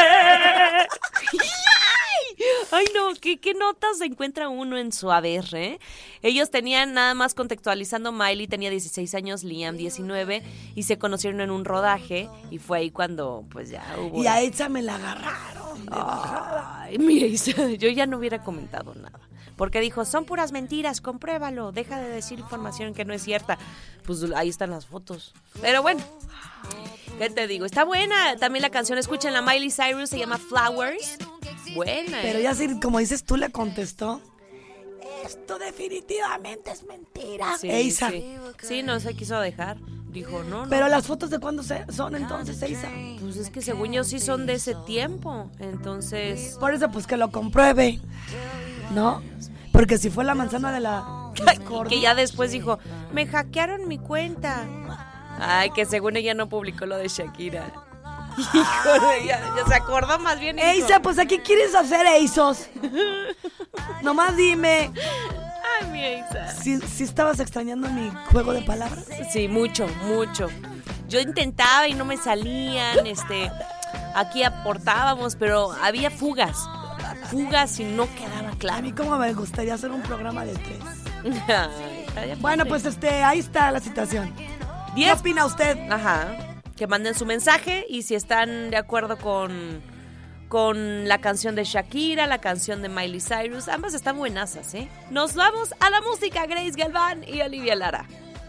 Ay, no, ¿qué notas se encuentra uno en su haber, eh? Ellos tenían, nada más contextualizando, Miley tenía 16 años, Liam 19, y se conocieron en un rodaje, y fue ahí cuando, pues ya hubo... Y a Eiza me la agarraron de bajada. Ay, mira, yo ya no hubiera comentado nada. Porque dijo, son puras mentiras, compruébalo, deja de decir información que no es cierta. Pues ahí están las fotos. Pero bueno, ¿qué te digo? Está buena también la canción, escuchen, la Miley Cyrus, se llama Flowers. Buena. Pero ya sí, como dices tú, le contestó, esto definitivamente es mentira. Sí, Eiza. Sí, no se quiso dejar. Dijo, no. Pero las fotos de cuándo son entonces, Eiza. Pues es que según yo sí son de ese tiempo. Entonces... Por eso, pues que lo compruebe, ¿no? Porque si fue la manzana de la discordia. Que ya después dijo, me hackearon mi cuenta. Ay, que según ella no publicó lo de Shakira. Híjole, ya se acordó más bien. Eiza, pues ¿a qué quieres hacer, Eizos? Nomás dime. Ay, mi Eiza. ¿Sí estabas extrañando mi juego de palabras? Sí, mucho. Yo intentaba y no me salían, aquí aportábamos, pero había fugas y no quedaba claro. A mí como me gustaría hacer un programa de 3. Ay, bueno, pues ahí está la situación. 10. ¿Qué opina usted? Ajá. Que manden su mensaje y si están de acuerdo con la canción de Shakira, la canción de Miley Cyrus, ambas están buenazas, ¿eh? Nos vamos a la música, Grace Galván y Olivia Lara.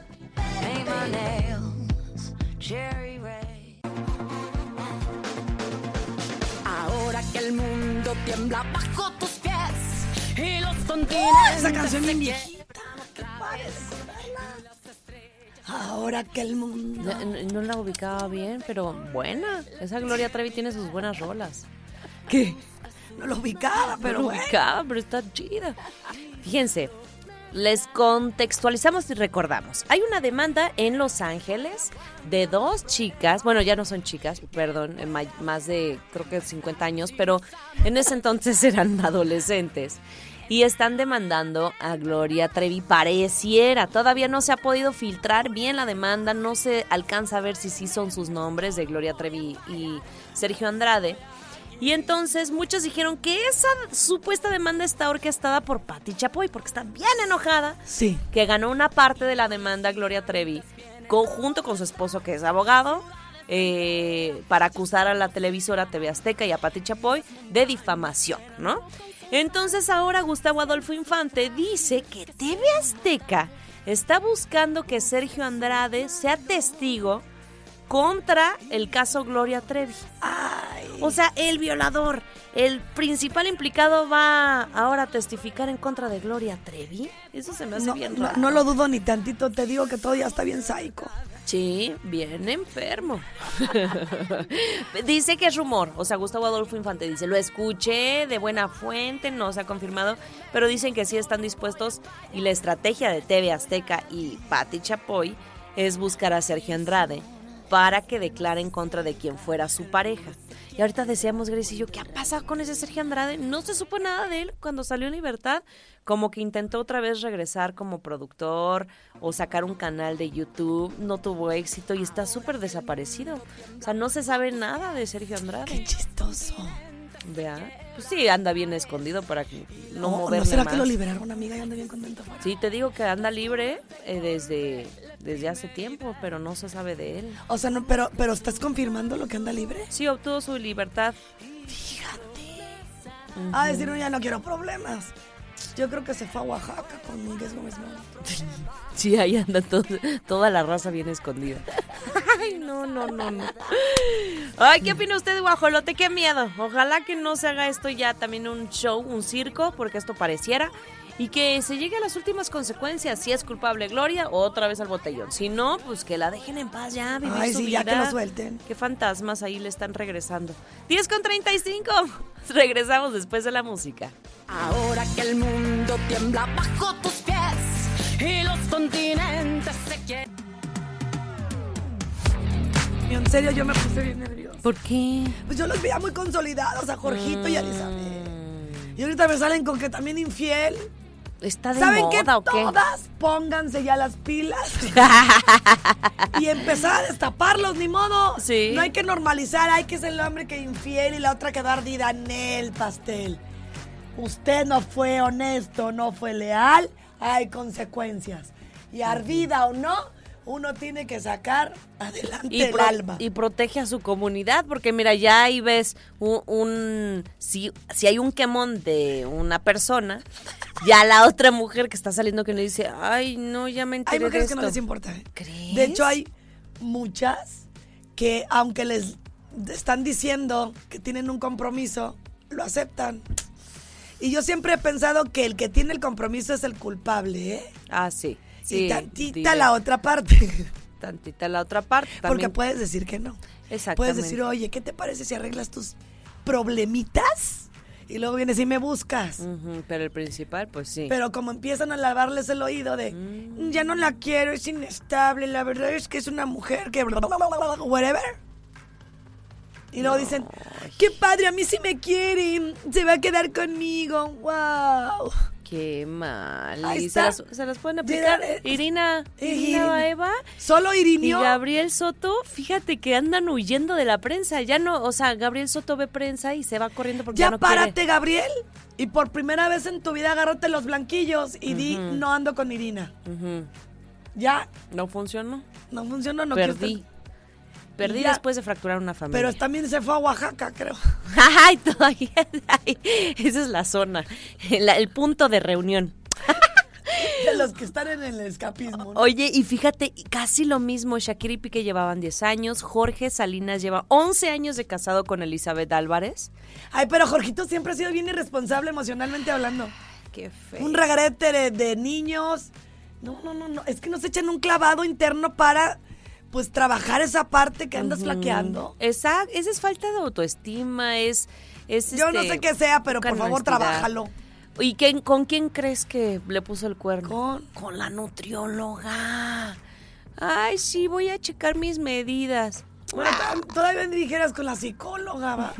Ahora que el mundo tiembla bajo tus pies y los continentes... Esa canción bien viejita. Qué padre recordarla. Ahora que el mundo... No la ubicaba bien, pero buena. Esa Gloria Trevi tiene sus buenas rolas. ¿Qué? No lo ubicaba, pero no lo ubicaba, pero está chida. Fíjense, les contextualizamos y recordamos. Hay una demanda en Los Ángeles de 2 chicas, bueno, ya no son chicas, perdón, más de creo que 50 años, pero en ese entonces eran adolescentes. Y están demandando a Gloria Trevi, pareciera. Todavía no se ha podido filtrar bien la demanda, no se alcanza a ver si sí son sus nombres de Gloria Trevi y Sergio Andrade. Y entonces muchos dijeron que esa supuesta demanda está orquestada por Pati Chapoy, porque está bien enojada. Sí. Que ganó una parte de la demanda Gloria Trevi, junto con su esposo que es abogado, para acusar a la televisora TV Azteca y a Pati Chapoy de difamación, ¿no? Entonces ahora Gustavo Adolfo Infante dice que TV Azteca está buscando que Sergio Andrade sea testigo contra el caso Gloria Trevi. Ay. O sea, el violador, el principal implicado va ahora a testificar en contra de Gloria Trevi. Eso se me hace bien raro. No lo dudo ni tantito, te digo que todo ya está bien sádico. Sí, bien enfermo. Dice que es rumor, o sea, Gustavo Adolfo Infante dice, lo escuché de buena fuente, no se ha confirmado, pero dicen que sí están dispuestos y la estrategia de TV Azteca y Pati Chapoy es buscar a Sergio Andrade para que declare en contra de quien fuera su pareja. Y ahorita decíamos, Grace y yo, ¿qué ha pasado con ese Sergio Andrade? No se supo nada de él cuando salió en libertad. Como que intentó otra vez regresar como productor o sacar un canal de YouTube. No tuvo éxito y está súper desaparecido. O sea, no se sabe nada de Sergio Andrade. Qué chistoso. Vea, pues sí, anda bien escondido para que no moverle ¿No será más. que lo liberaron, amiga? Y anda bien contento. Sí, te digo que anda libre desde hace tiempo, pero no se sabe de él. O sea, no, pero ¿estás confirmando lo que anda libre? Sí, obtuvo su libertad. Fíjate. Ah, decir, no, ya no quiero problemas. Yo creo que se fue a Oaxaca con Miguel Gómez Moura. Sí, ahí anda toda la raza bien escondida. Ay, no. Ay, ¿qué opina usted de Guajolote? ¡Qué miedo! Ojalá que no se haga esto ya también un show, un circo, porque esto pareciera. Y que se llegue a las últimas consecuencias. Si es culpable Gloria, otra vez al botellón. Si no, pues que la dejen en paz ya, vivir Ay, su sí, vida. ya que lo suelten. Qué fantasmas ahí le están regresando. 10:35. Regresamos después de la música. Ahora que el mundo tiembla bajo tus pies y los continentes se quieren. Y en serio, yo me puse bien nerviosa. ¿Por qué? Pues yo los veía muy consolidados a Jorgito y a Elizabeth. Y ahorita me salen con que también infiel. ¿Está de ¿Saben qué? moda o qué? Todas pónganse ya las pilas y empezar a destaparlos, ni modo. Sí. No hay que normalizar, hay que ser el hombre que infiel y la otra quedó ardida en el pastel. Usted no fue honesto, no fue leal, hay consecuencias. Y ardida o no, uno tiene que sacar adelante el alma. Y protege a su comunidad, porque mira, ya ahí ves si hay un quemón de una persona, ya la otra mujer que está saliendo que le dice, ay, no, ya me enteré Hay mujeres de esto. que no les importa, ¿eh? ¿Crees? De hecho, hay muchas que aunque les están diciendo que tienen un compromiso, lo aceptan. Y yo siempre he pensado que el que tiene el compromiso es el culpable, ¿eh? Ah, sí. Sí, y tantita diré. la otra parte. Tantita la otra parte. Porque También. puedes decir que no. Exactamente. Puedes decir, oye, ¿qué te parece si arreglas tus problemitas? Y luego vienes y me buscas. Pero el principal, pues sí. Pero como empiezan a lavarles el oído de, ya no la quiero, es inestable, la verdad es que es una mujer que... whatever. Y luego dicen, qué padre, a mí sí me quiere, se va a quedar conmigo, wow. Qué mal. Ahí ¿Y está. se las pueden aplicar? Irina Baeva Solo y Irinio. Gabriel Soto, fíjate que andan huyendo de la prensa. Ya no, o sea, Gabriel Soto ve prensa y se va corriendo porque ya no párate, quiere. Gabriel. Y por primera vez en tu vida agárrate los blanquillos y di, no ando con Irina. Ya. ¿No funcionó? No funcionó, no Perdí. Perdí ya. después de fracturar una familia. Pero también se fue a Oaxaca, creo. Ay, todavía. Ay, esa es la zona, el punto de reunión. De los que están en el escapismo, ¿no? Oye, y fíjate, casi lo mismo. Shakira y Piqué llevaban 10 años. Jorge Salinas lleva 11 años de casado con Elizabeth Álvarez. Ay, pero Jorgito siempre ha sido bien irresponsable emocionalmente hablando. Qué feo. Un regrete de niños. No. Es que nos echan un clavado interno para, pues, trabajar esa parte que andas flaqueando. Esa es falta de autoestima, Yo no sé qué sea, pero por favor, trabájalo. ¿Y con quién crees que le puso el cuerno? Con la nutrióloga. Ay, sí, voy a checar mis medidas. Bueno, todavía me dijeras con la psicóloga, va.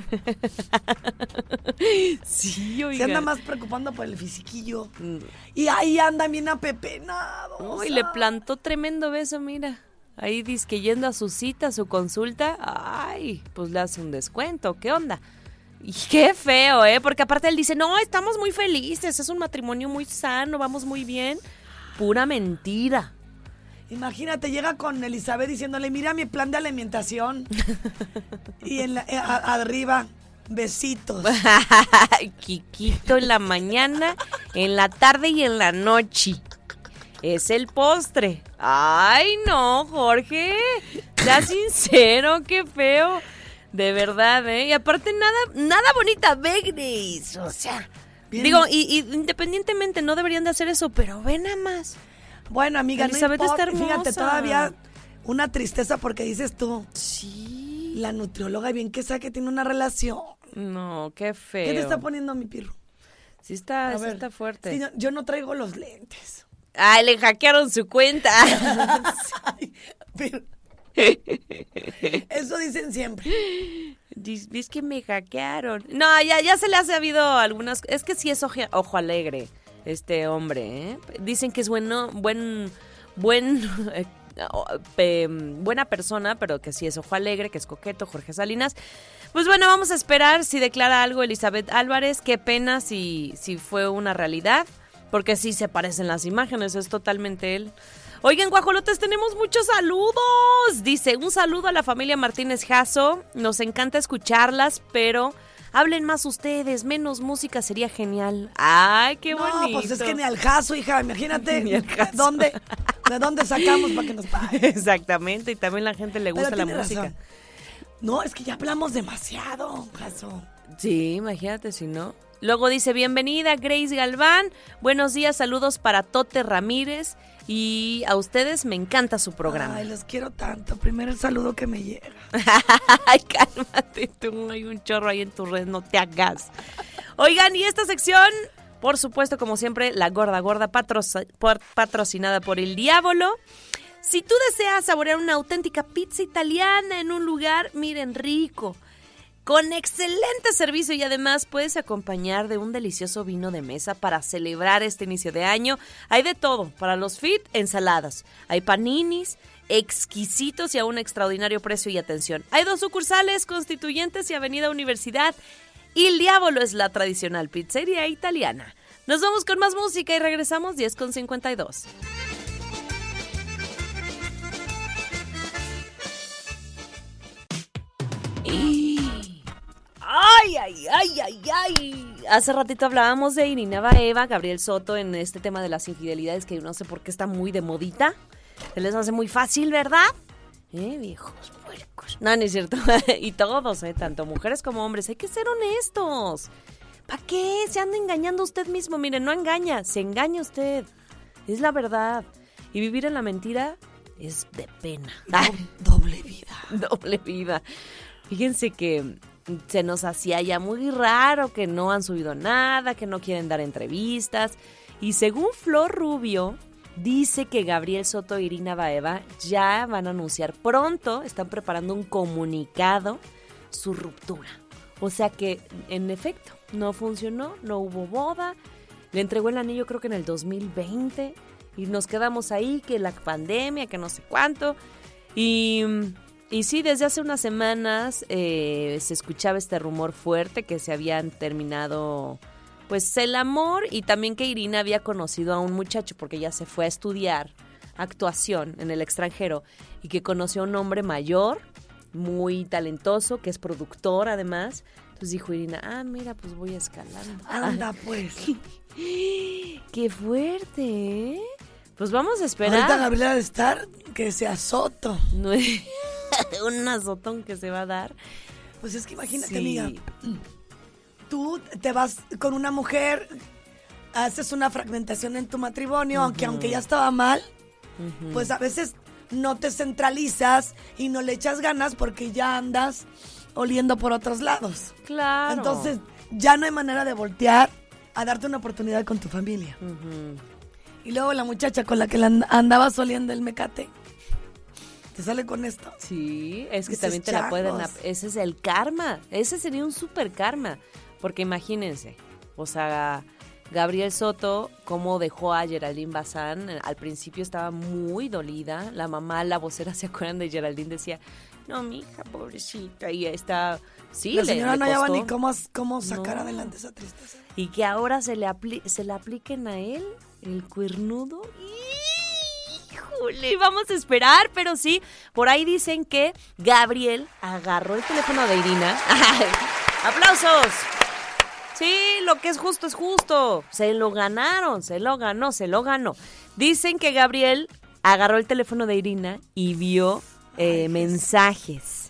Sí, oiga. Se anda más preocupando por el fisiquillo. Y ahí anda bien apepenado. Y le plantó tremendo beso, mira. Ahí dizque yendo a su cita, a su consulta. Ay, pues le hace un descuento. ¿Qué onda? Y qué feo, porque aparte él dice, no, estamos muy felices, es un matrimonio muy sano, vamos muy bien. Pura mentira. Imagínate, llega con Elizabeth diciéndole, mira mi plan de alimentación. Y arriba, besitos. Quiquito en la mañana, en la tarde y en la noche. Es el postre. Ay, no, Jorge. Ya sincero, qué feo. De verdad, Y aparte nada bonita, ve, Grace. O sea, bien. Digo, y independientemente no deberían de hacer eso, pero ve nada más. Bueno, amiga, Elizabeth no importa. está hermosa. Fíjate, todavía una tristeza porque dices tú. Sí. La nutrióloga, bien que sabe que tiene una relación. No, qué feo. ¿Qué te está poniendo mi pirro? Sí está fuerte. Sí, yo no traigo los lentes. Ay, le hackearon su cuenta. Ay, pero... Eso dicen siempre. Es que me hackearon. No, ya se le ha sabido algunas. Es que sí es ojo alegre este hombre, Dicen que es buena persona, pero que sí es ojo alegre, que es coqueto, Jorge Salinas. Pues bueno, vamos a esperar si declara algo Elizabeth Álvarez. Qué pena si fue una realidad, porque sí se parecen las imágenes, es totalmente él. Oigan, guajolotes, tenemos muchos saludos. Dice, un saludo a la familia Martínez Jasso. Nos encanta escucharlas, pero hablen más ustedes. Menos música sería genial. Ay, qué bonito. No, pues es que ni al Jasso, hija. Imagínate de dónde sacamos para que nos paguen. Exactamente, y también a la gente le gusta la música. Razón. No, es que ya hablamos demasiado, Jasso. Sí, imagínate si no. Luego dice, bienvenida Grace Galván. Buenos días, saludos para Tote Ramírez. Y a ustedes me encanta su programa. Ay, los quiero tanto. Primero el saludo que me llega. Ay, cálmate tú. Hay un chorro ahí en tu red, no te hagas. Oigan, y esta sección, Por supuesto, como siempre, la Gorda Gorda patrocinada por El Diablo. Si tú deseas saborear una auténtica pizza italiana en un lugar, miren, rico, con excelente servicio y además puedes acompañar de un delicioso vino de mesa para celebrar este inicio de año. Hay de todo, para los fit, ensaladas, hay paninis, exquisitos y a un extraordinario precio y atención. Hay 2 sucursales, Constituyentes y Avenida Universidad. El Diablo es la tradicional pizzería italiana. Nos vamos con más música y regresamos 10:52. ¡Ay! Hace ratito hablábamos de Irina Baeva, Gabriel Soto en este tema de las infidelidades que no sé por qué está muy de modita. Se les hace muy fácil, ¿verdad? Viejos puercos. No es cierto. Y todos, tanto mujeres como hombres, hay que ser honestos. ¿Para qué? Se anda engañando usted mismo. Miren, no engaña, se engaña usted. Es la verdad. Y vivir en la mentira es de pena. Doble vida. Doble vida. Fíjense que se nos hacía ya muy raro que no han subido nada, que no quieren dar entrevistas. Y según Flor Rubio, dice que Gabriel Soto e Irina Baeva ya van a anunciar pronto, están preparando un comunicado, su ruptura. O sea que, en efecto, no funcionó, no hubo boda. Le entregó el anillo creo que en el 2020 y nos quedamos ahí, que la pandemia, que no sé cuánto. Y sí, desde hace unas semanas se escuchaba este rumor fuerte que se habían terminado pues el amor y también que Irina había conocido a un muchacho porque ella se fue a estudiar actuación en el extranjero y que conoció a un hombre mayor, muy talentoso, que es productor además. Entonces dijo Irina, mira, pues voy escalando. Anda pues. ¡Qué fuerte! ¿Eh? Pues vamos a esperar. Ahorita Gabriela de estar que sea Soto. No es un azotón que se va a dar. Pues es que imagínate, sí. Amiga, tú te vas con una mujer, haces una fragmentación en tu matrimonio, aunque ya estaba mal, pues a veces no te centralizas y no le echas ganas porque ya andas oliendo por otros lados. Claro. Entonces ya no hay manera de voltear a darte una oportunidad con tu familia. Y luego la muchacha con la que andabas oliendo el mecate te sale con esto. Sí, es que dices, también te la pueden... changos. Ese es el karma. Ese sería un super karma. Porque imagínense, o sea, Gabriel Soto, cómo dejó a Geraldine Bazán. Al principio estaba muy dolida. La mamá, la vocera, ¿se acuerdan de Geraldine? Decía, no, mi hija, pobrecita. Y está... Sí, la señora no hallaba costó. ni cómo sacar adelante esa tristeza. Y que ahora se le apliquen a él el cuernudo. Híjole, vamos a esperar, pero sí, por ahí dicen que Gabriel agarró el teléfono de Irina. ¡Aplausos! Sí, lo que es justo. Se lo ganaron, se lo ganó. Dicen que Gabriel agarró el teléfono de Irina y vio mensajes.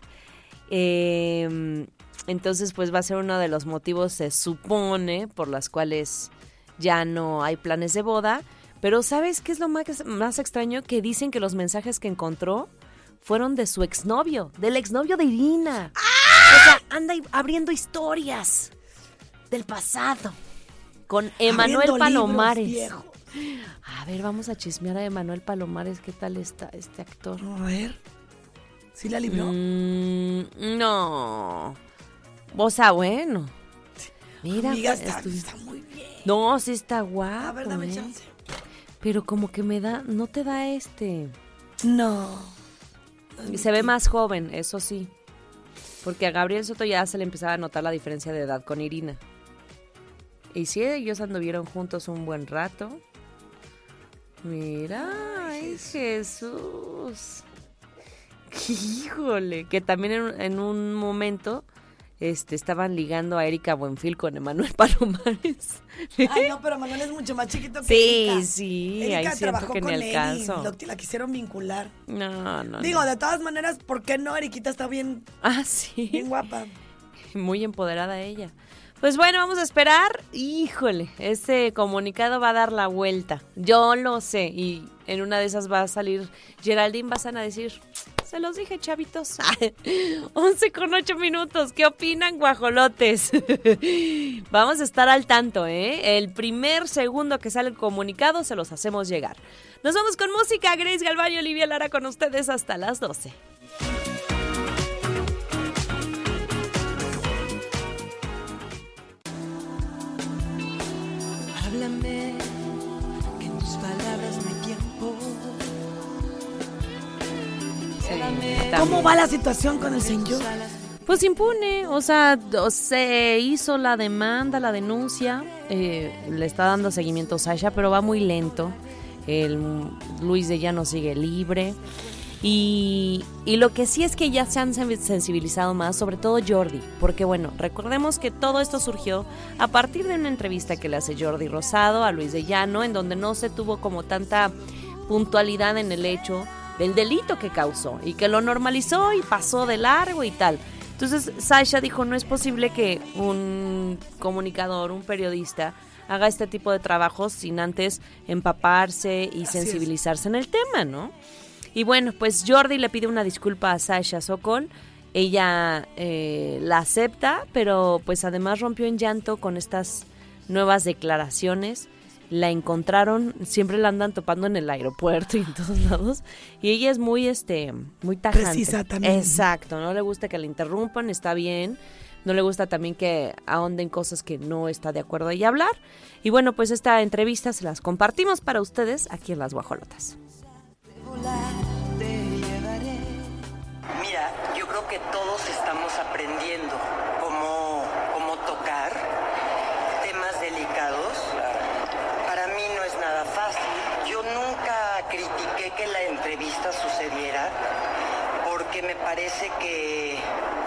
Entonces, pues va a ser uno de los motivos, se supone, por las cuales ya no hay planes de boda. Pero ¿sabes qué es lo más extraño? Que dicen que los mensajes que encontró fueron de su exnovio, del exnovio de Irina. O sea, anda abriendo historias del pasado con Emanuel Palomares. A ver, vamos a chismear a Emanuel Palomares. ¿Qué tal está este actor? A ver, ¿sí la libró? No. O sea, bueno. Mira, amiga, está muy bien. No, sí está guapo. A ver, dame chance. Pero como que no te da No. Se ve más joven, eso sí. Porque a Gabriel Soto ya se le empezaba a notar la diferencia de edad con Irina. Y sí, ellos anduvieron juntos un buen rato. Mira, ay, Jesús. Híjole, que también en un momento estaban ligando a Erika Buenfil con Emanuel Palomares. Ay, no, pero Manuel es mucho más chiquito que Erika. Sí, Erika ahí siento trabajó que ni con el caso. La quisieron vincular. No. Digo, de todas maneras, ¿por qué no? Eriquita está bien, sí. bien guapa. Muy empoderada ella. Pues bueno, vamos a esperar. Híjole, ese comunicado va a dar la vuelta. Yo lo sé. Y en una de esas va a salir Geraldine Bazán a decir, Se los dije, chavitos. 11:08. ¿Qué opinan, guajolotes? Vamos a estar al tanto, ¿eh? El primer segundo que sale el comunicado se los hacemos llegar. Nos vamos con música. Grace Galván y Olivia Lara con ustedes hasta las 12. Háblame, que en tus palabras no hay tiempo. ¿Cómo va la situación con el señor? Pues impune, o sea, se hizo la demanda, la denuncia, le está dando seguimiento a Sasha, pero va muy lento. Luis de Llano sigue libre. Y lo que sí es que ya se han sensibilizado más, sobre todo Jordi, porque bueno, recordemos que todo esto surgió a partir de una entrevista que le hace Jordi Rosado a Luis de Llano, en donde no se tuvo como tanta puntualidad en el hecho del delito que causó y que lo normalizó y pasó de largo y tal. Entonces Sasha dijo, no es posible que un comunicador, un periodista haga este tipo de trabajos sin antes empaparse y sensibilizarse en el tema, ¿no? Y bueno, pues Jordi le pide una disculpa a Sasha Sokol. Ella la acepta, pero pues además rompió en llanto con estas nuevas declaraciones. La encontraron, siempre la andan topando en el aeropuerto y en todos lados. Y ella es muy tajante. Precisa también. Exacto, no le gusta que la interrumpan, está bien. No le gusta también que ahonden cosas que no está de acuerdo ella hablar. Y bueno, pues esta entrevista se las compartimos para ustedes aquí en Las Guajolotas. Mira, yo creo que todos estamos aprendiendo cómo tocar temas delicados. Para mí no es nada fácil. Yo nunca critiqué que la entrevista sucediera porque me parece que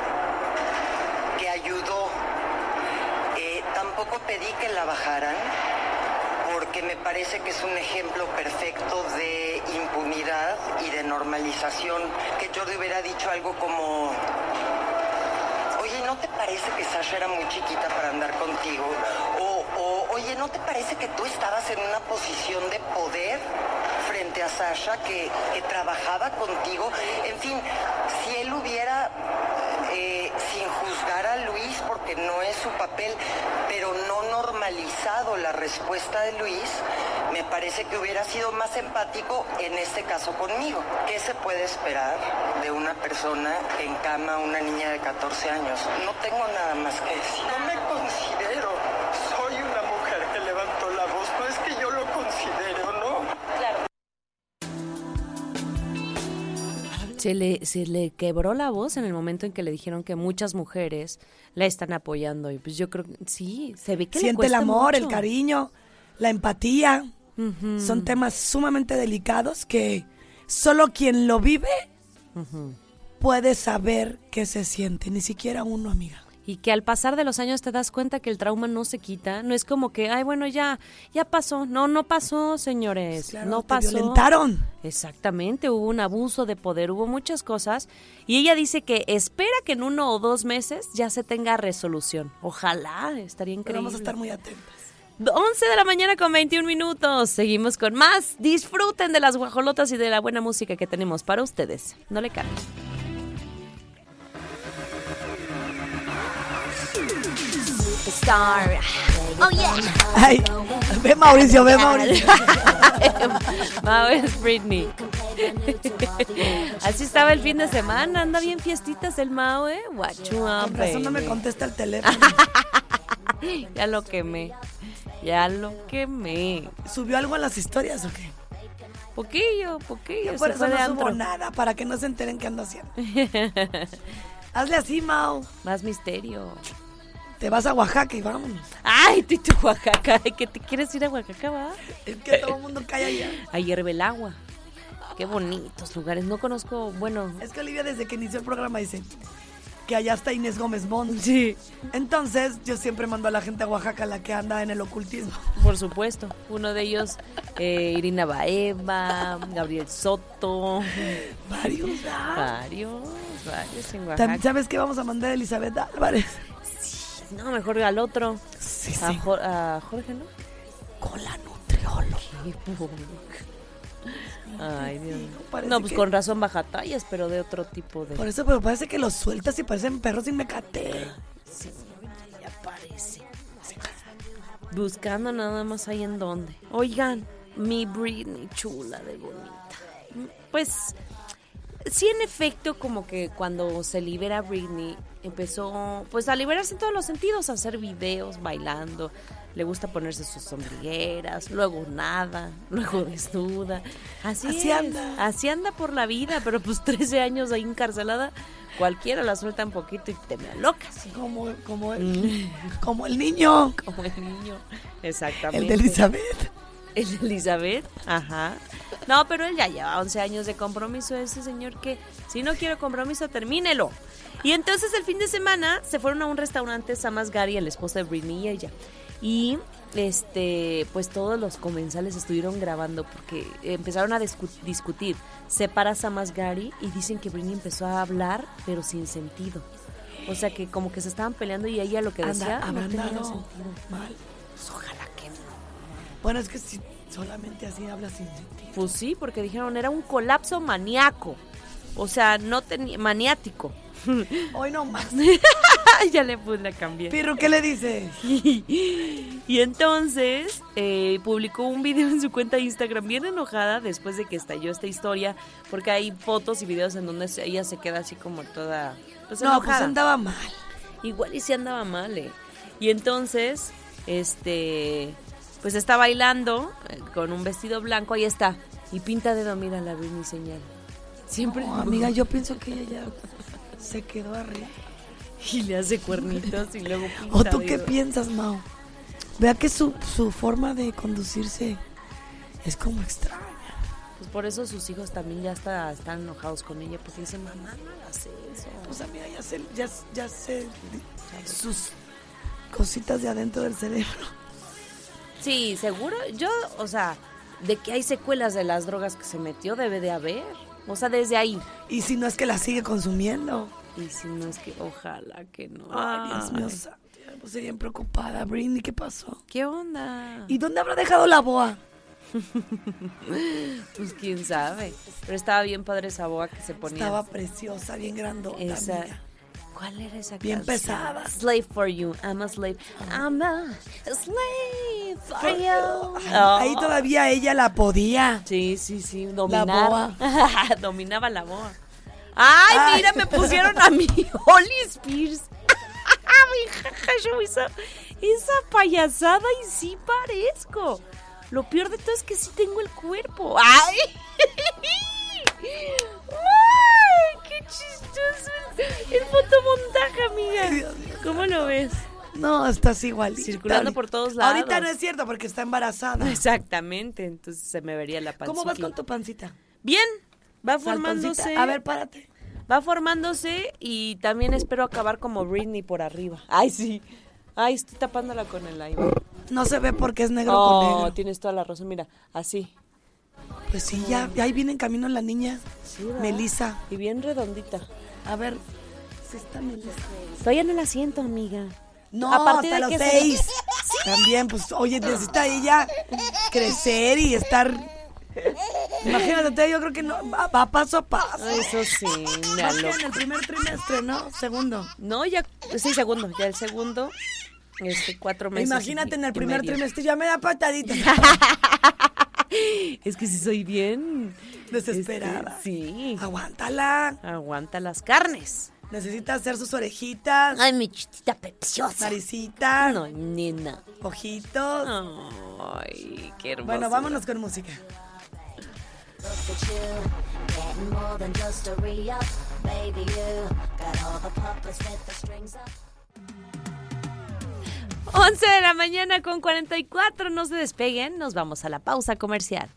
ayudó. Tampoco pedí que la bajaran porque me parece que es un ejemplo perfecto de impunidad y de normalización. Que Jordi hubiera dicho algo como: oye, ¿no te parece que Sasha era muy chiquita para andar contigo? O oye, ¿no te parece que tú estabas en una posición de poder frente a Sasha que trabajaba contigo? En fin, si él hubiera, sin juzgar a Luis, porque no es su papel, pero no normalizado la respuesta de Luis, me parece que hubiera sido más empático en este caso conmigo. ¿Qué se puede esperar de una persona en cama, una niña de 14 años? No tengo nada más que decir. No me considero, soy una mujer que levantó la voz, no es que yo lo considero, ¿no? Claro. Se le quebró la voz en el momento en que le dijeron que muchas mujeres la están apoyando. Y pues yo creo que sí, se ve que siente le cuesta el amor, mucho. el cariño, la empatía. Uh-huh. Son temas sumamente delicados que solo quien lo vive puede saber qué se siente. Ni siquiera uno, amiga. Y que al pasar de los años te das cuenta que el trauma no se quita. No es como que, ay, bueno, ya pasó. No pasó, señores. Pues claro, no pasó. Te violentaron. Exactamente, hubo un abuso de poder, hubo muchas cosas. Y ella dice que espera que en 1 o 2 meses ya se tenga resolución. Ojalá, estaría increíble. Pero vamos a estar muy atentas. 11:21 a.m. Seguimos con más. Disfruten de las guajolotas y de la buena música que tenemos para ustedes. No le cambien. Star. Oh yeah. Ay, ve Mauricio. Mau es Britney. Así estaba el fin de semana. Anda bien fiestitas el Mau, Guachu, con razón no me contesta el teléfono. Ya lo quemé. ¿Subió algo a las historias o qué? Poquillo. Yo por eso no subo nada, para que no se enteren qué ando haciendo. Hazle así, Mau. Más misterio. Te vas a Oaxaca y vámonos. Ay, tú Oaxaca. ¿Que te quieres ir a Oaxaca, va? Es que todo el mundo cae allá. Ahí hierve el agua. Qué bonitos lugares. No conozco, bueno. Es que Olivia desde que inició el programa dice que allá está Inés Gómez Mont. Sí. Entonces yo siempre mando a la gente a Oaxaca, la que anda en el ocultismo. Por supuesto. Uno de ellos, Irina Baeva, Gabriel Soto. Varios en Oaxaca. ¿Sabes qué? Vamos a mandar a Elizabeth Álvarez. No, mejor al otro. Sí. A Jorge, ¿no? Con la nutrióloga. Ay, Dios mío. Parece No, pues que- con razón baja tallas, pero de otro tipo de... Por eso, pero parece que los sueltas y parecen perros sin mecate. Sí, ya parece. Buscando nada más ahí en dónde. Oigan, mi Britney chula de bonita. Pues, sí, en efecto, como que cuando se libera Britney, empezó pues a liberarse en todos los sentidos, a hacer videos, bailando. Le gusta ponerse sus ombligueras, luego nada, luego desnuda. Así Así es, anda. así anda por la vida, pero pues 13 años ahí encarcelada, cualquiera la suelta un poquito y te me alocas. Como el niño. Como el niño. Exactamente. El de Elizabeth. El de Elizabeth, ajá. No, pero él ya lleva 11 años de compromiso, ese señor que si no quiere compromiso, termínelo. Y entonces el fin de semana se fueron a un restaurante, Samas Gary, el esposo de Britney y ella. Y pues todos los comensales estuvieron grabando porque empezaron a discutir. Se para Samas Gary y dicen que Britney empezó a hablar, pero sin sentido. O sea que como que se estaban peleando y ella lo que decía no Habrán tenía dado sentido. mal. Pues ojalá que no. Bueno, es que si solamente así habla sin sentido. Pues sí, porque dijeron era un colapso maníaco. O sea, no tenía maniático. Hoy no más. Ya la cambié. Pirro, ¿qué le dices? Y entonces publicó un video en su cuenta de Instagram bien enojada después de que estalló esta historia, porque hay fotos y videos en donde ella se queda así como toda pues, No, enojada. pues andaba mal. Igual y sí andaba mal, Y entonces, pues está bailando con un vestido blanco, ahí está, y pinta dedo, mira la Britney señal. Siempre. No, amiga, yo pienso que ella ya se quedó arriba. Y le hace cuernitos y luego pinta ¿O tú qué dedo. piensas, Mau? Vea que su forma de conducirse es como extraña. Pues por eso sus hijos también ya están enojados con ella, porque dicen, mamá, no hagas eso. Pues amiga, ya sé sus cositas de adentro del cerebro. Sí, seguro. Yo, o sea, de que hay secuelas de las drogas que se metió, debe de haber. O sea, desde ahí. Y si no es que la sigue consumiendo. Y si no es que, ojalá que no. Ay, Dios mío santo, ya me puse bien preocupada. Britney, ¿qué pasó? ¿Qué onda? ¿Y dónde habrá dejado la boa? Pues quién sabe. Pero estaba bien padre esa boa que se ponía. Estaba preciosa, bien grandota, esa. amiga. ¿Cuál era esa Bien canción? pesada. Slave for you. I'm a slave. I'm a slave for you. Ahí todavía ella la podía. Sí, La dominar. boa. Dominaba la boa. Ay, mira, me pusieron a mí Holly Spears. Mi jaja, yo esa payasada y sí parezco. Lo peor de todo es que sí tengo el cuerpo. ¡Ay! ¡Ay! ¡Qué chistoso! El fotomontaje, amiga. ¿Cómo lo ves? No, estás igualita. Circulando por todos lados. Ahorita no es cierto porque está embarazada. Exactamente, entonces se me vería la pancita. ¿Cómo vas con tu pancita? Bien, va Saltoncita. formándose. A ver, párate. Va formándose y también espero acabar como Britney por arriba. Ay, sí. Ay, estoy tapándola con el aire. No se ve porque es negro con negro. Tienes toda la razón, mira, así. Pues sí, ya ahí viene en camino la niña. Sí, ¿verdad? Melissa. Y bien redondita. A ver, si está Melissa. Todavía no la siento, amiga. No, ¿A partir hasta de los qué 6. También, pues, oye, necesita ella crecer y estar... Imagínate, yo creo que no, va paso a paso. Eso sí, me Más que aloca. en el primer trimestre, ¿no? Segundo. No, ya, sí, segundo, ya el segundo, 4 meses. Imagínate en el y primer medio. trimestre, ya me da patadita. Es que sí soy bien Desesperada. sí. Aguántala. Aguanta las carnes. Necesita hacer sus orejitas, Ay, mi chistita preciosa. naricita, No, nena. ojitos. Ay, qué hermoso. Bueno, vámonos con música. 11 de la mañana con 44, no se despeguen, nos vamos a la pausa comercial.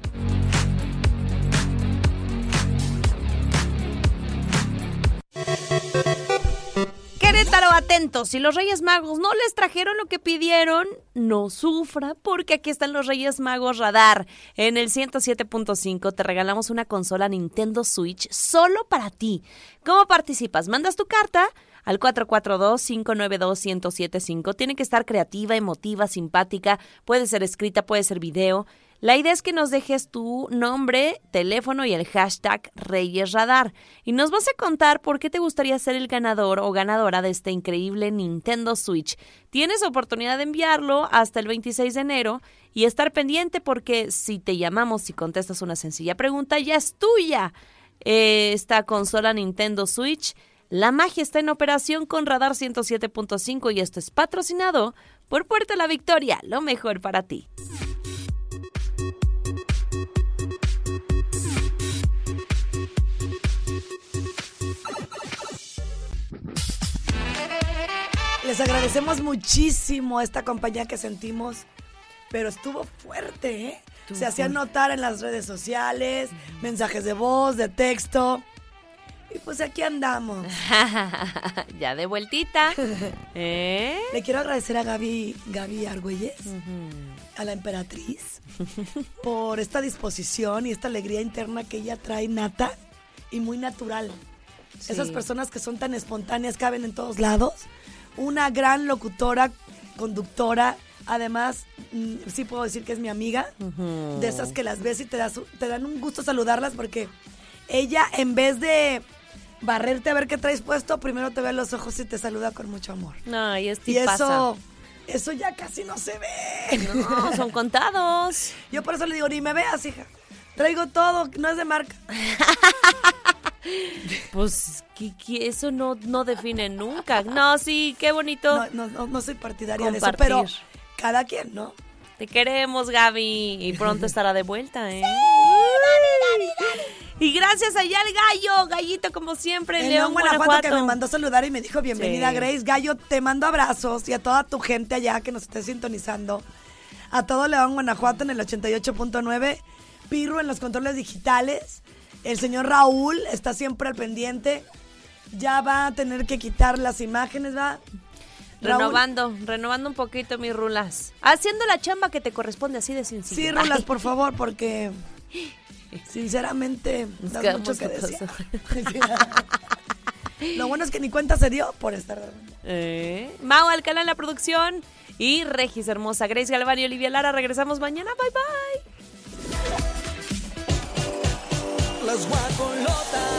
Querétaro, atentos, si los Reyes Magos no les trajeron lo que pidieron, no sufra, porque aquí están los Reyes Magos Radar. En el 107.5 te regalamos una consola Nintendo Switch solo para ti. ¿Cómo participas? Mandas tu carta al 442-592-1075. Tiene que estar creativa, emotiva, simpática. Puede ser escrita, puede ser video. La idea es que nos dejes tu nombre, teléfono y el hashtag Reyes Radar. Y nos vas a contar por qué te gustaría ser el ganador o ganadora de este increíble Nintendo Switch. Tienes oportunidad de enviarlo hasta el 26 de enero y estar pendiente porque si te llamamos y contestas una sencilla pregunta, ya es tuya esta consola Nintendo Switch. La magia está en operación con Radar 107.5 y esto es patrocinado por Puerto La Victoria, lo mejor para ti. Les agradecemos muchísimo esta compañía que sentimos, pero estuvo fuerte, ¿eh? Se hacía notar en las redes sociales, mensajes de voz, de texto. Y pues aquí andamos. Ya de vueltita. Le quiero agradecer a Gaby Argüelles, a la emperatriz, por esta disposición y esta alegría interna que ella trae nata y muy natural. Sí. Esas personas que son tan espontáneas, caben en todos lados. Una gran locutora, conductora. Además, sí puedo decir que es mi amiga. De esas que las ves y te dan un gusto saludarlas porque ella, en vez de barrerte a ver qué traes puesto, primero te ve a los ojos y te saluda con mucho amor. Ay, y eso ya casi no se ve. No, son contados. Yo por eso le digo, ni me veas, hija. Traigo todo, no es de marca. Pues que eso no define nunca. No, sí, qué bonito. No soy partidaria de eso, pero cada quien, ¿no? Te queremos, Gaby, y pronto estará de vuelta, ¿eh? Sí, dale. Y gracias allá al Gallito, como siempre, en León, Guanajuato, que me mandó saludar y me dijo, bienvenida, sí. Grace. Gallo, te mando abrazos y a toda tu gente allá que nos esté sintonizando. A todo León, Guanajuato en el 88.9. Pirro en los controles digitales. El señor Raúl está siempre al pendiente. Ya va a tener que quitar las imágenes, ¿va? Renovando un poquito mis rulas. Haciendo la chamba que te corresponde, así de sencillo. Sí, rulas, por favor, porque sinceramente das mucho que decir. Lo bueno es que ni cuenta se dio por estar Mau Alcalá en la producción y Regis Hermosa, Grace Galván y Olivia Lara. Regresamos mañana. Bye, bye. Las guajolotas.